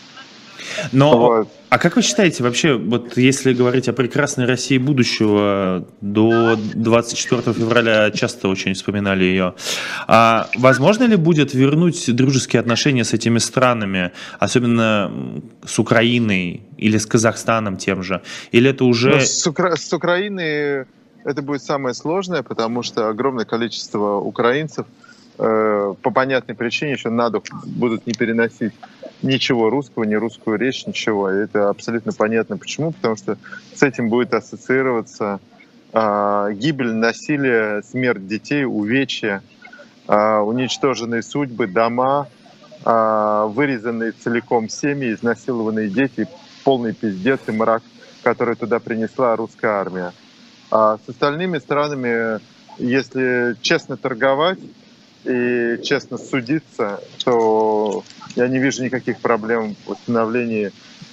Но, вот. А как вы считаете, вообще, вот если говорить о прекрасной России будущего, до двадцать четвёртого февраля часто очень вспоминали ее, а возможно ли будет вернуть дружеские отношения с этими странами, особенно с Украиной или с Казахстаном тем же? Или это уже... Ну, с, Укра... с Украиной это будет самое сложное, потому что огромное количество украинцев э, по понятной причине еще на дух будут не переносить ничего русского, ни русскую речь, ничего. И это абсолютно понятно почему, потому что с этим будет ассоциироваться э, гибель, насилие, смерть детей, увечья, э, уничтоженные судьбы, дома, э, вырезанные целиком семьи, изнасилованные дети, полный пиздец и мрак, который туда принесла русская армия. А с остальными странами, если честно торговать и честно судиться, то я не вижу никаких проблем в установлении.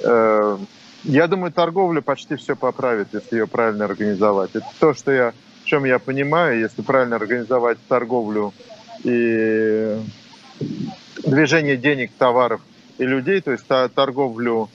Я думаю, торговля почти все поправит, если ее правильно организовать. Это то, что я, в чем я понимаю, если правильно организовать торговлю и движение денег, товаров и людей, то есть торговлю,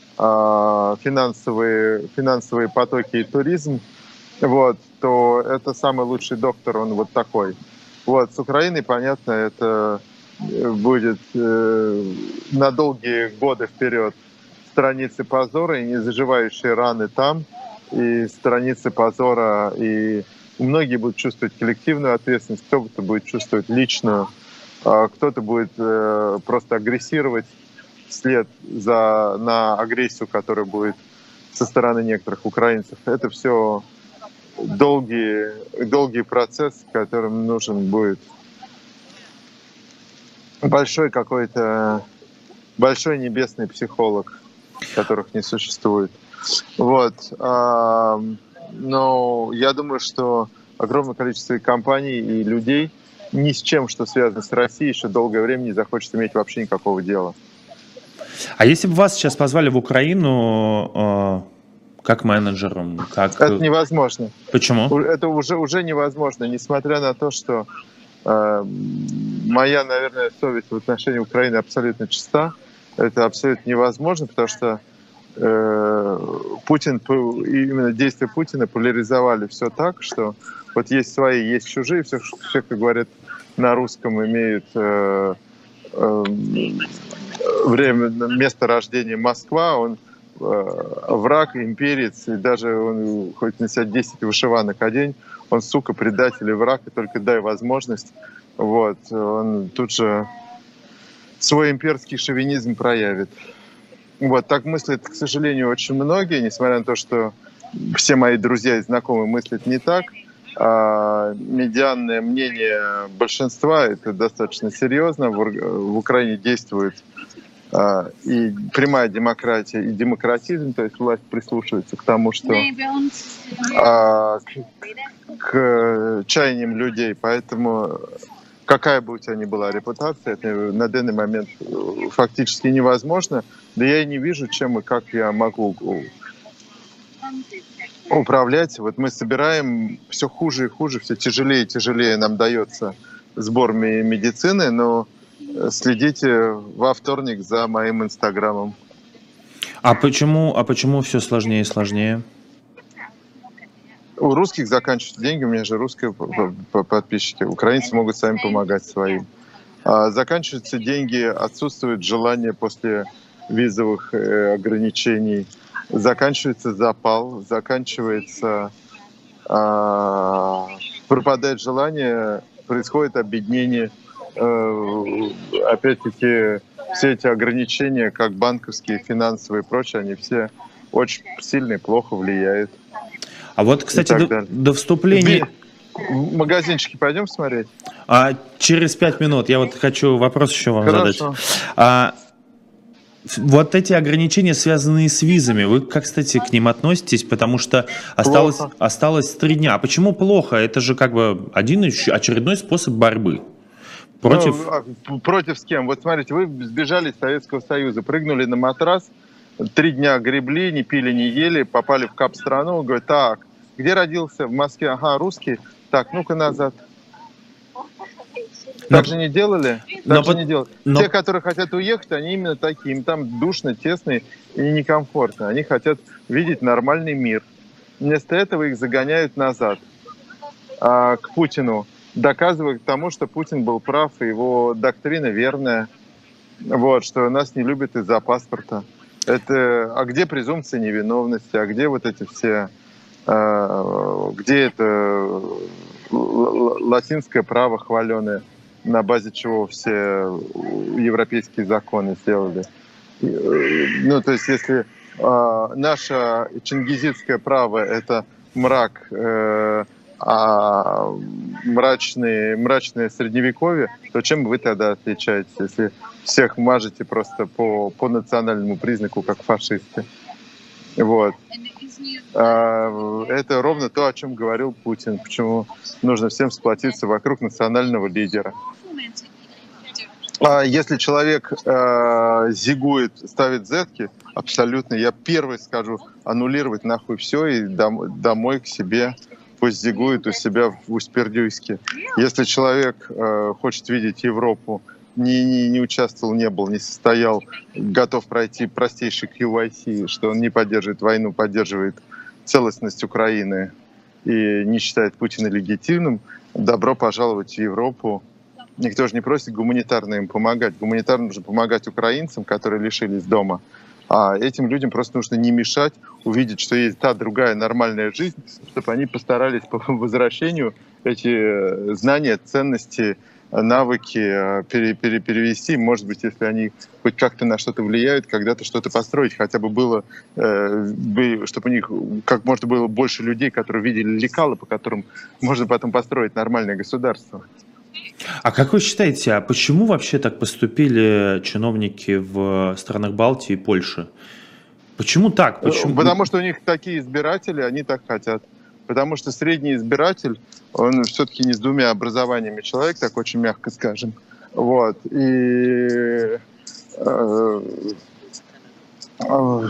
финансовые, финансовые потоки и туризм, вот, то это самый лучший доктор, он вот такой. Вот, с Украиной, понятно, это будет э, на долгие годы вперед страницы позора и незаживающие раны там, и страницы позора, и многие будут чувствовать коллективную ответственность, кто-то будет чувствовать личную. а кто-то будет э, просто агрессировать вслед за, на агрессию, которая будет со стороны некоторых украинцев. Это все долгий, долгий процесс, которым нужен будет большой какой-то, большой небесный психолог, которых не существует. Вот. А, но я думаю, что огромное количество и компаний, и людей ни с чем, что связано с Россией, еще долгое время не захочет иметь вообще никакого дела. А если бы вас сейчас позвали в Украину э, как менеджером, как... Это невозможно. Почему? Это уже, уже невозможно, несмотря на то, что э, моя, наверное, совесть в отношении Украины абсолютно чиста. Это абсолютно невозможно, потому что э, Путин, именно действия Путина поляризовали все так, что вот есть свои, есть чужие, все, все как говорят на русском, имеют э, э, время, место рождения Москва, он э, враг, имперец, и даже он хоть носит десять вышиванок одень, он, сука, предатель и враг, и только дай возможность, вот, он тут же свой имперский шовинизм проявит. Вот, так мыслят, к сожалению, очень многие, несмотря на то, что все мои друзья и знакомые мыслят не так. А медианное мнение большинства — это достаточно серьезно. В, в Украине действует а, и прямая демократия, и демократизм, то есть власть прислушивается к тому, что а, к, к чаяниям людей. Поэтому какая бы у тебя ни была репутация, это на данный момент фактически невозможно. Да я и не вижу, чем и как я могу управлять. Вот мы собираем все хуже и хуже, все тяжелее и тяжелее нам дается сбор медицины, но следите во вторник за моим инстаграмом. А почему, а почему все сложнее и сложнее? У русских заканчиваются деньги, у меня же русские подписчики. Украинцы могут сами помогать своим. Заканчиваются деньги, отсутствует желание после визовых ограничений. Заканчивается запал, заканчивается, а, пропадает желание, происходит обеднение. А, опять-таки, все эти ограничения, как банковские, финансовые и прочее, они все очень сильно и плохо влияют. А вот, кстати, до, до вступления... В магазинчики пойдем смотреть? А, через пять минут. Я вот хочу вопрос еще вам Хорошо. задать. А, вот эти ограничения, связанные с визами, вы как, кстати, к ним относитесь? Потому что осталось, осталось три дня. А почему плохо? Это же как бы один очередной способ борьбы. Против... Ну, против с кем? Вот смотрите, вы сбежали из Советского Союза, прыгнули на матрас, три дня гребли, не пили, не ели, попали в кап-страну, говорят, так, где родился? В Москве. Ага, русский. Так, ну-ка назад. Но... Так же не делали? Так но, же не делали. но... Те, которые хотят уехать, они именно такие. Им там душно, тесно и некомфортно. Они хотят видеть нормальный мир. Вместо этого их загоняют назад а, к Путину, доказывая тому, что Путин был прав, и его доктрина верная. Вот, что нас не любят из-за паспорта. Это, а где презумпция невиновности? А где вот эти все... А, где это латинское право хваленое, на базе чего все европейские законы сделали. Ну, то есть, если э, наше чингизидское право — это мрак, э, а мрачные, мрачное средневековье, то чем вы тогда отличаетесь, если всех мажете просто по, по национальному признаку, как фашисты? Вот. Это ровно то, о чем говорил Путин, почему нужно всем сплотиться вокруг национального лидера. Если человек э, зигует, ставит зетки, абсолютно, я первый скажу, аннулировать нахуй все и дом, домой к себе, пусть зигует у себя в Усть-Пердюйске. Если человек э, хочет видеть Европу, не, не, не участвовал, не был, не состоял, готов пройти простейший кью вай си, что он не поддерживает войну, поддерживает целостность Украины и не считает Путина легитимным, добро пожаловать в Европу. Никто же не просит гуманитарно им помогать. Гуманитарно нужно помогать украинцам, которые лишились дома. А этим людям просто нужно не мешать, увидеть, что есть та другая нормальная жизнь, чтобы они постарались по возвращению эти знания, ценности навыки э, пере- пере- перевести, может быть, если они хоть как-то на что-то влияют, когда-то что-то построить, хотя бы было, э, бы- чтобы у них как можно было больше людей, которые видели лекала, по которым можно потом построить нормальное государство. А как вы считаете, а почему вообще так поступили чиновники в странах Балтии и Польши? Почему так? Э, Почему? Потому что у них такие избиратели, они так хотят. Потому что средний избиратель, он все-таки не с двумя образованиями человек, так очень мягко скажем. Вот. И э, э,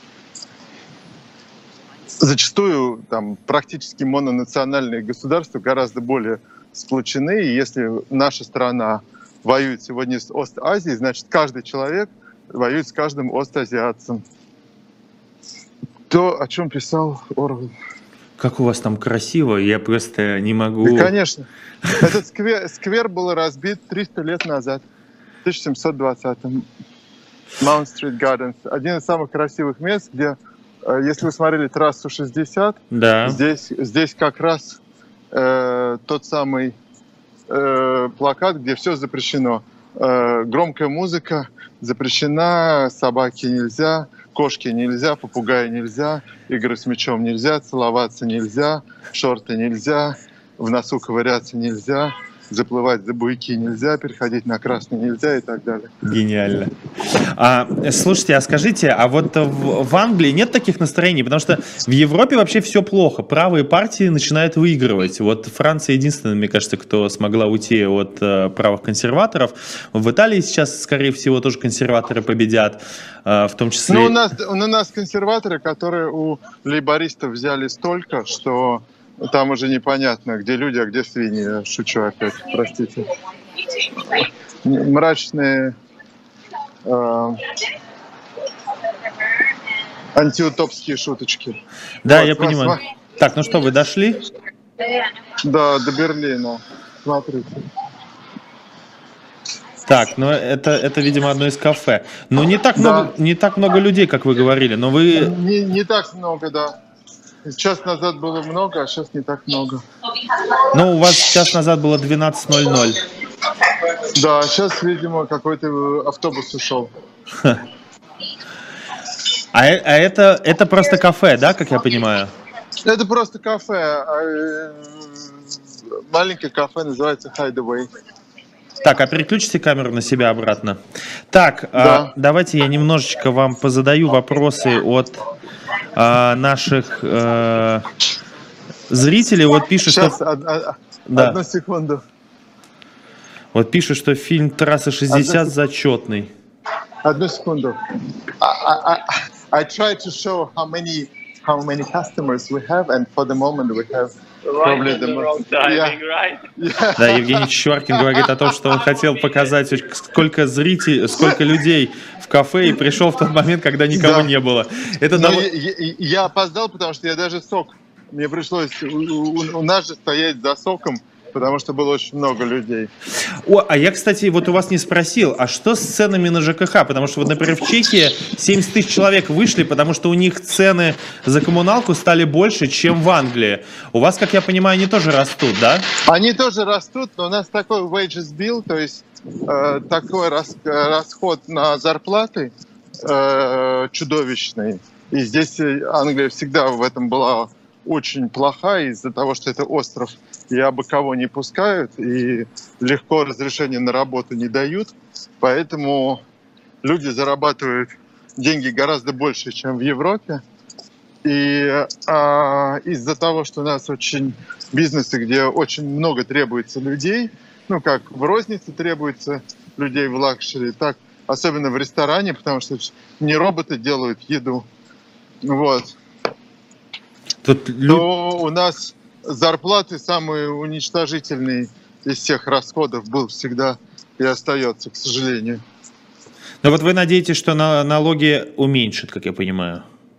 зачастую там практически мононациональные государства гораздо более сплочены. И если наша страна воюет сегодня с Ост-Азией, значит, каждый человек воюет с каждым остазиатцем. То, о чем писал Орвел. Как у вас там красиво, я просто не могу... И, конечно. Этот сквер, сквер был разбит триста лет назад, в тысяча семьсот двадцатом. Mount Street Gardens. Один из самых красивых мест, где, э, если вы смотрели трассу шестьдесят, Да. здесь, здесь как раз э, тот самый э, плакат, где все запрещено. Э, громкая музыка запрещена, собаки нельзя, кошки нельзя, попугаи нельзя, игры с мячом нельзя, целоваться нельзя, шорты нельзя, в носу ковыряться нельзя, заплывать за буйки нельзя, переходить на красный нельзя и так далее. Гениально. А, слушайте, а скажите, а вот в, в Англии нет таких настроений? Потому что в Европе вообще все плохо. Правые партии начинают выигрывать. Вот Франция единственная, мне кажется, кто смогла уйти от э, правых консерваторов. В Италии сейчас, скорее всего, тоже консерваторы победят, э, в том числе... Ну, у нас, у нас консерваторы, которые у лейбористов взяли столько, что там уже непонятно, где люди, а где свиньи. Я шучу опять, простите. Мрачные э, антиутопские шуточки. Да, Вот, я сма- понимаю. сма- Так, ну что, вы дошли? Да, до Берлина. Смотрите. Так, ну это, это, видимо, одно из кафе. Но не так, Да. много, не так много людей, как вы говорили, но вы... Не, не так много, да. Час назад было много, а сейчас не так много. Ну, у вас час назад было двенадцать ноль ноль. Да, сейчас, видимо, какой-то автобус ушел. А, э- а это, это просто кафе, да, как я понимаю? Это просто кафе. а, э, Маленькое кафе называется Hideaway. Так, а переключите камеру на себя обратно. Так, а, Да. давайте я немножечко вам позадаю вопросы от а, наших э, зрителей. Вот пишет, Сейчас, что... од- од- Да. одну секунду. Вот пишет, что фильм «Трасса шестьдесят» Одну зачетный. Одну секунду. I, I, I, I try to show how many how many customers we have, and for the moment we have probably the most. Yeah. Yeah. Да, Евгений Чичваркин говорит о том, что он хотел показать, сколько зрителей, сколько людей в кафе, и пришел в тот момент, когда никого Да. не было. Это Но дов- я, я- я опоздал, потому что я даже сок. Мне пришлось у, у- у нас же стоять за соком, потому что было очень много людей. О, а я, кстати, вот у вас не спросил, а что с ценами на ЖКХ? Потому что вот, например, в Чехии семьдесят тысяч человек вышли, потому что у них цены за коммуналку стали больше, чем в Англии. У вас, как я понимаю, они тоже растут, да? Они тоже растут, но у нас такой wages bill, то есть э, такой рас- э, расход на зарплаты э, чудовищный. И здесь э, Англия всегда в этом была очень плоха из-за того, что это остров, и абы кого не пускают, и легко разрешение на работу не дают. Поэтому люди зарабатывают деньги гораздо больше, чем в Европе. И а, из-за того, что у нас очень бизнесы, где очень много требуется людей, ну как в рознице требуется людей в лакшери, так особенно в ресторане, потому что не роботы делают еду, вот, Тут лю- то у нас зарплаты самые уничтожительные из всех расходов был всегда и остается, к сожалению. Но вот вы надеетесь, что на- налоги уменьшат, как я понимаю.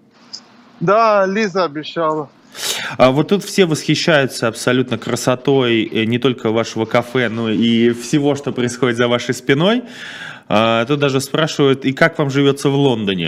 Да, Лиза обещала. А вот тут все восхищаются абсолютно красотой э, не только вашего кафе, но и всего, что происходит за вашей спиной. А, тут даже спрашивают, и как вам живется в Лондоне?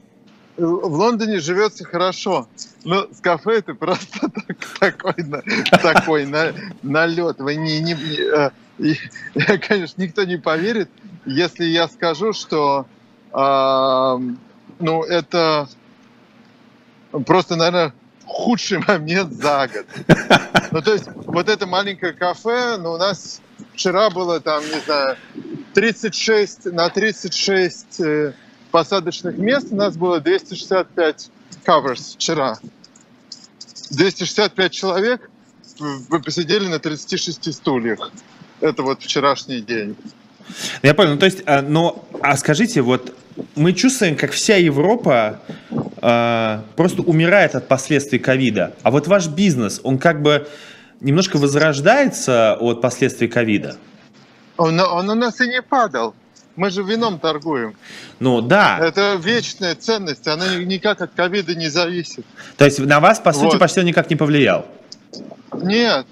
В Лондоне живется хорошо, но с кафе это просто так- такой, на- такой на- налет. Вы не, не- не, э, И, конечно, никто не поверит, если я скажу, что э, ну, это просто, наверное, худший момент за год. Ну, то есть, вот это маленькое кафе, ну, у нас вчера было там, не знаю, тридцать шесть на тридцать шесть э, посадочных мест, у нас было двести шестьдесят пять covers вчера. двести шестьдесят пять человек вы посидели на тридцати шести стульях. Это вот вчерашний день. Я понял, ну, то есть, а, но, а скажите, вот мы чувствуем, как вся Европа а, просто умирает от последствий ковида, а вот ваш бизнес, он как бы немножко возрождается от последствий ковида? Он, он у нас и не падал. Мы же вином торгуем. Ну, да. Это вечная ценность, она никак от ковида не зависит. То есть на вас, по сути, Вот. почти никак не повлиял? Нет.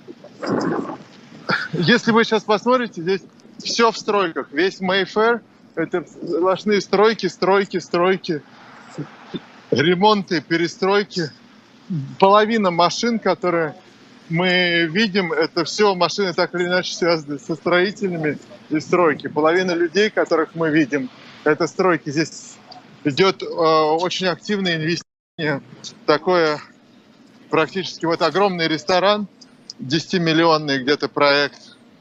Если вы сейчас посмотрите, здесь все в стройках. Весь Mayfair — это сплошные стройки, стройки, стройки, ремонты, перестройки. Половина машин, которые мы видим, это все машины так или иначе связаны со строителями и стройки. Половина людей, которых мы видим, это стройки. Здесь идет э, очень активное инвестирование. Такое практически вот огромный ресторан, десятимиллионный где-то проект,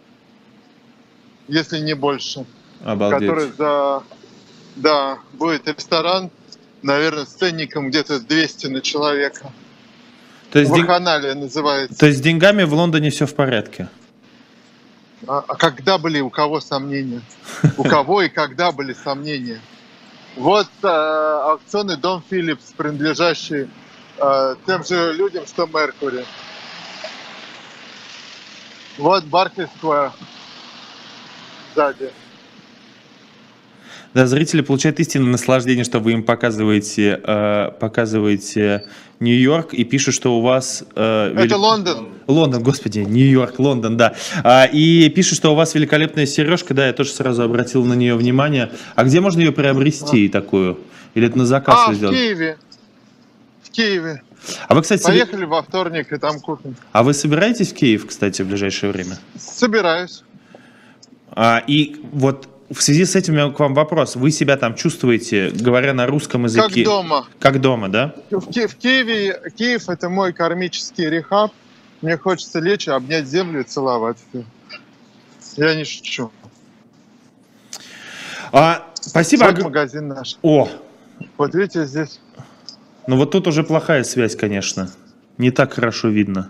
если не больше. Обалдеть. Который за... Да, будет ресторан, наверное, с ценником где-то двести на человека. То есть, день... Вакханалия называется. То есть с деньгами в Лондоне все в порядке? А, а когда были у кого сомнения? У кого и когда были сомнения? Вот э, аукционный дом Philips, принадлежащий э, тем же людям, что Mercury. Вот Barclays Square сзади. Да, зрители получают истинное наслаждение, что вы им показываете, э, показываете Нью-Йорк и пишут, что у вас... Э, Это велик... Лондон. Лондон, господи, Нью-Йорк, Лондон, да. А, и пишут, что у вас великолепная сережка, да, я тоже сразу обратил на нее внимание. А где можно ее приобрести, а. такую? Или это на заказ а, сделать? в Киеве. В Киеве. А вы, кстати... Поехали во вторник и там купим. А вы собираетесь в Киев, кстати, в ближайшее время? Собираюсь. А, и вот... В связи с этим у меня к вам вопрос. Вы себя там чувствуете, говоря на русском языке? Как дома. Как дома, да? В, Ки- в Киеве, Киев — это мой кармический рехаб. Мне хочется лечь, обнять землю и целовать. Я не шучу. А, спасибо. Вот магазин наш. О! Вот видите, здесь. Ну вот тут уже плохая связь, конечно. Не так хорошо видно.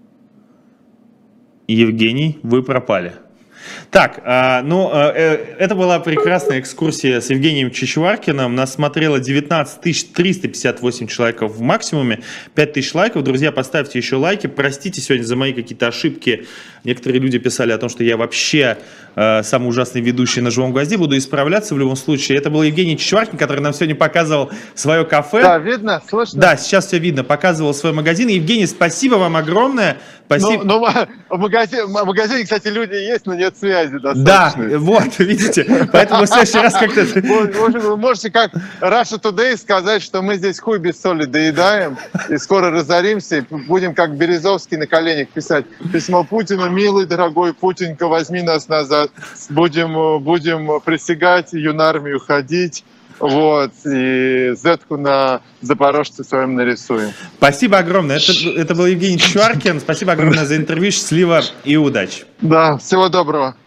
Евгений, вы пропали. Так, ну, это была прекрасная экскурсия с Евгением Чичваркиным. Нас смотрело девятнадцать тысяч триста пятьдесят восемь человек в максимуме, пять тысяч лайков. Друзья, поставьте еще лайки. Простите сегодня за мои какие-то ошибки. Некоторые люди писали о том, что я вообще э, самый ужасный ведущий на «Живом гвозде». Буду исправляться в любом случае. Это был Евгений Чичваркин, который нам сегодня показывал свое кафе. Да, видно, слышно? Да, сейчас все видно. Показывал свой магазин. Евгений, спасибо вам огромное. Спасибо. Ну, ну в, магазине, в магазине, кстати, люди есть, но нет связи достаточно. Да, вот, видите. Поэтому в следующий раз как-то... Вы можете как Russia Today сказать, что мы здесь хуй без соли доедаем и скоро разоримся, и будем как Березовский на коленях писать письмо Путину: милый, дорогой Путинка, возьми нас назад. Будем, будем присягать, юнармию ходить. Вот, и зетку на запорожце своем нарисуем. Спасибо огромное. Это, это был Евгений Чичваркин. Спасибо огромное за интервью. Счастливо и удачи. Да, всего доброго.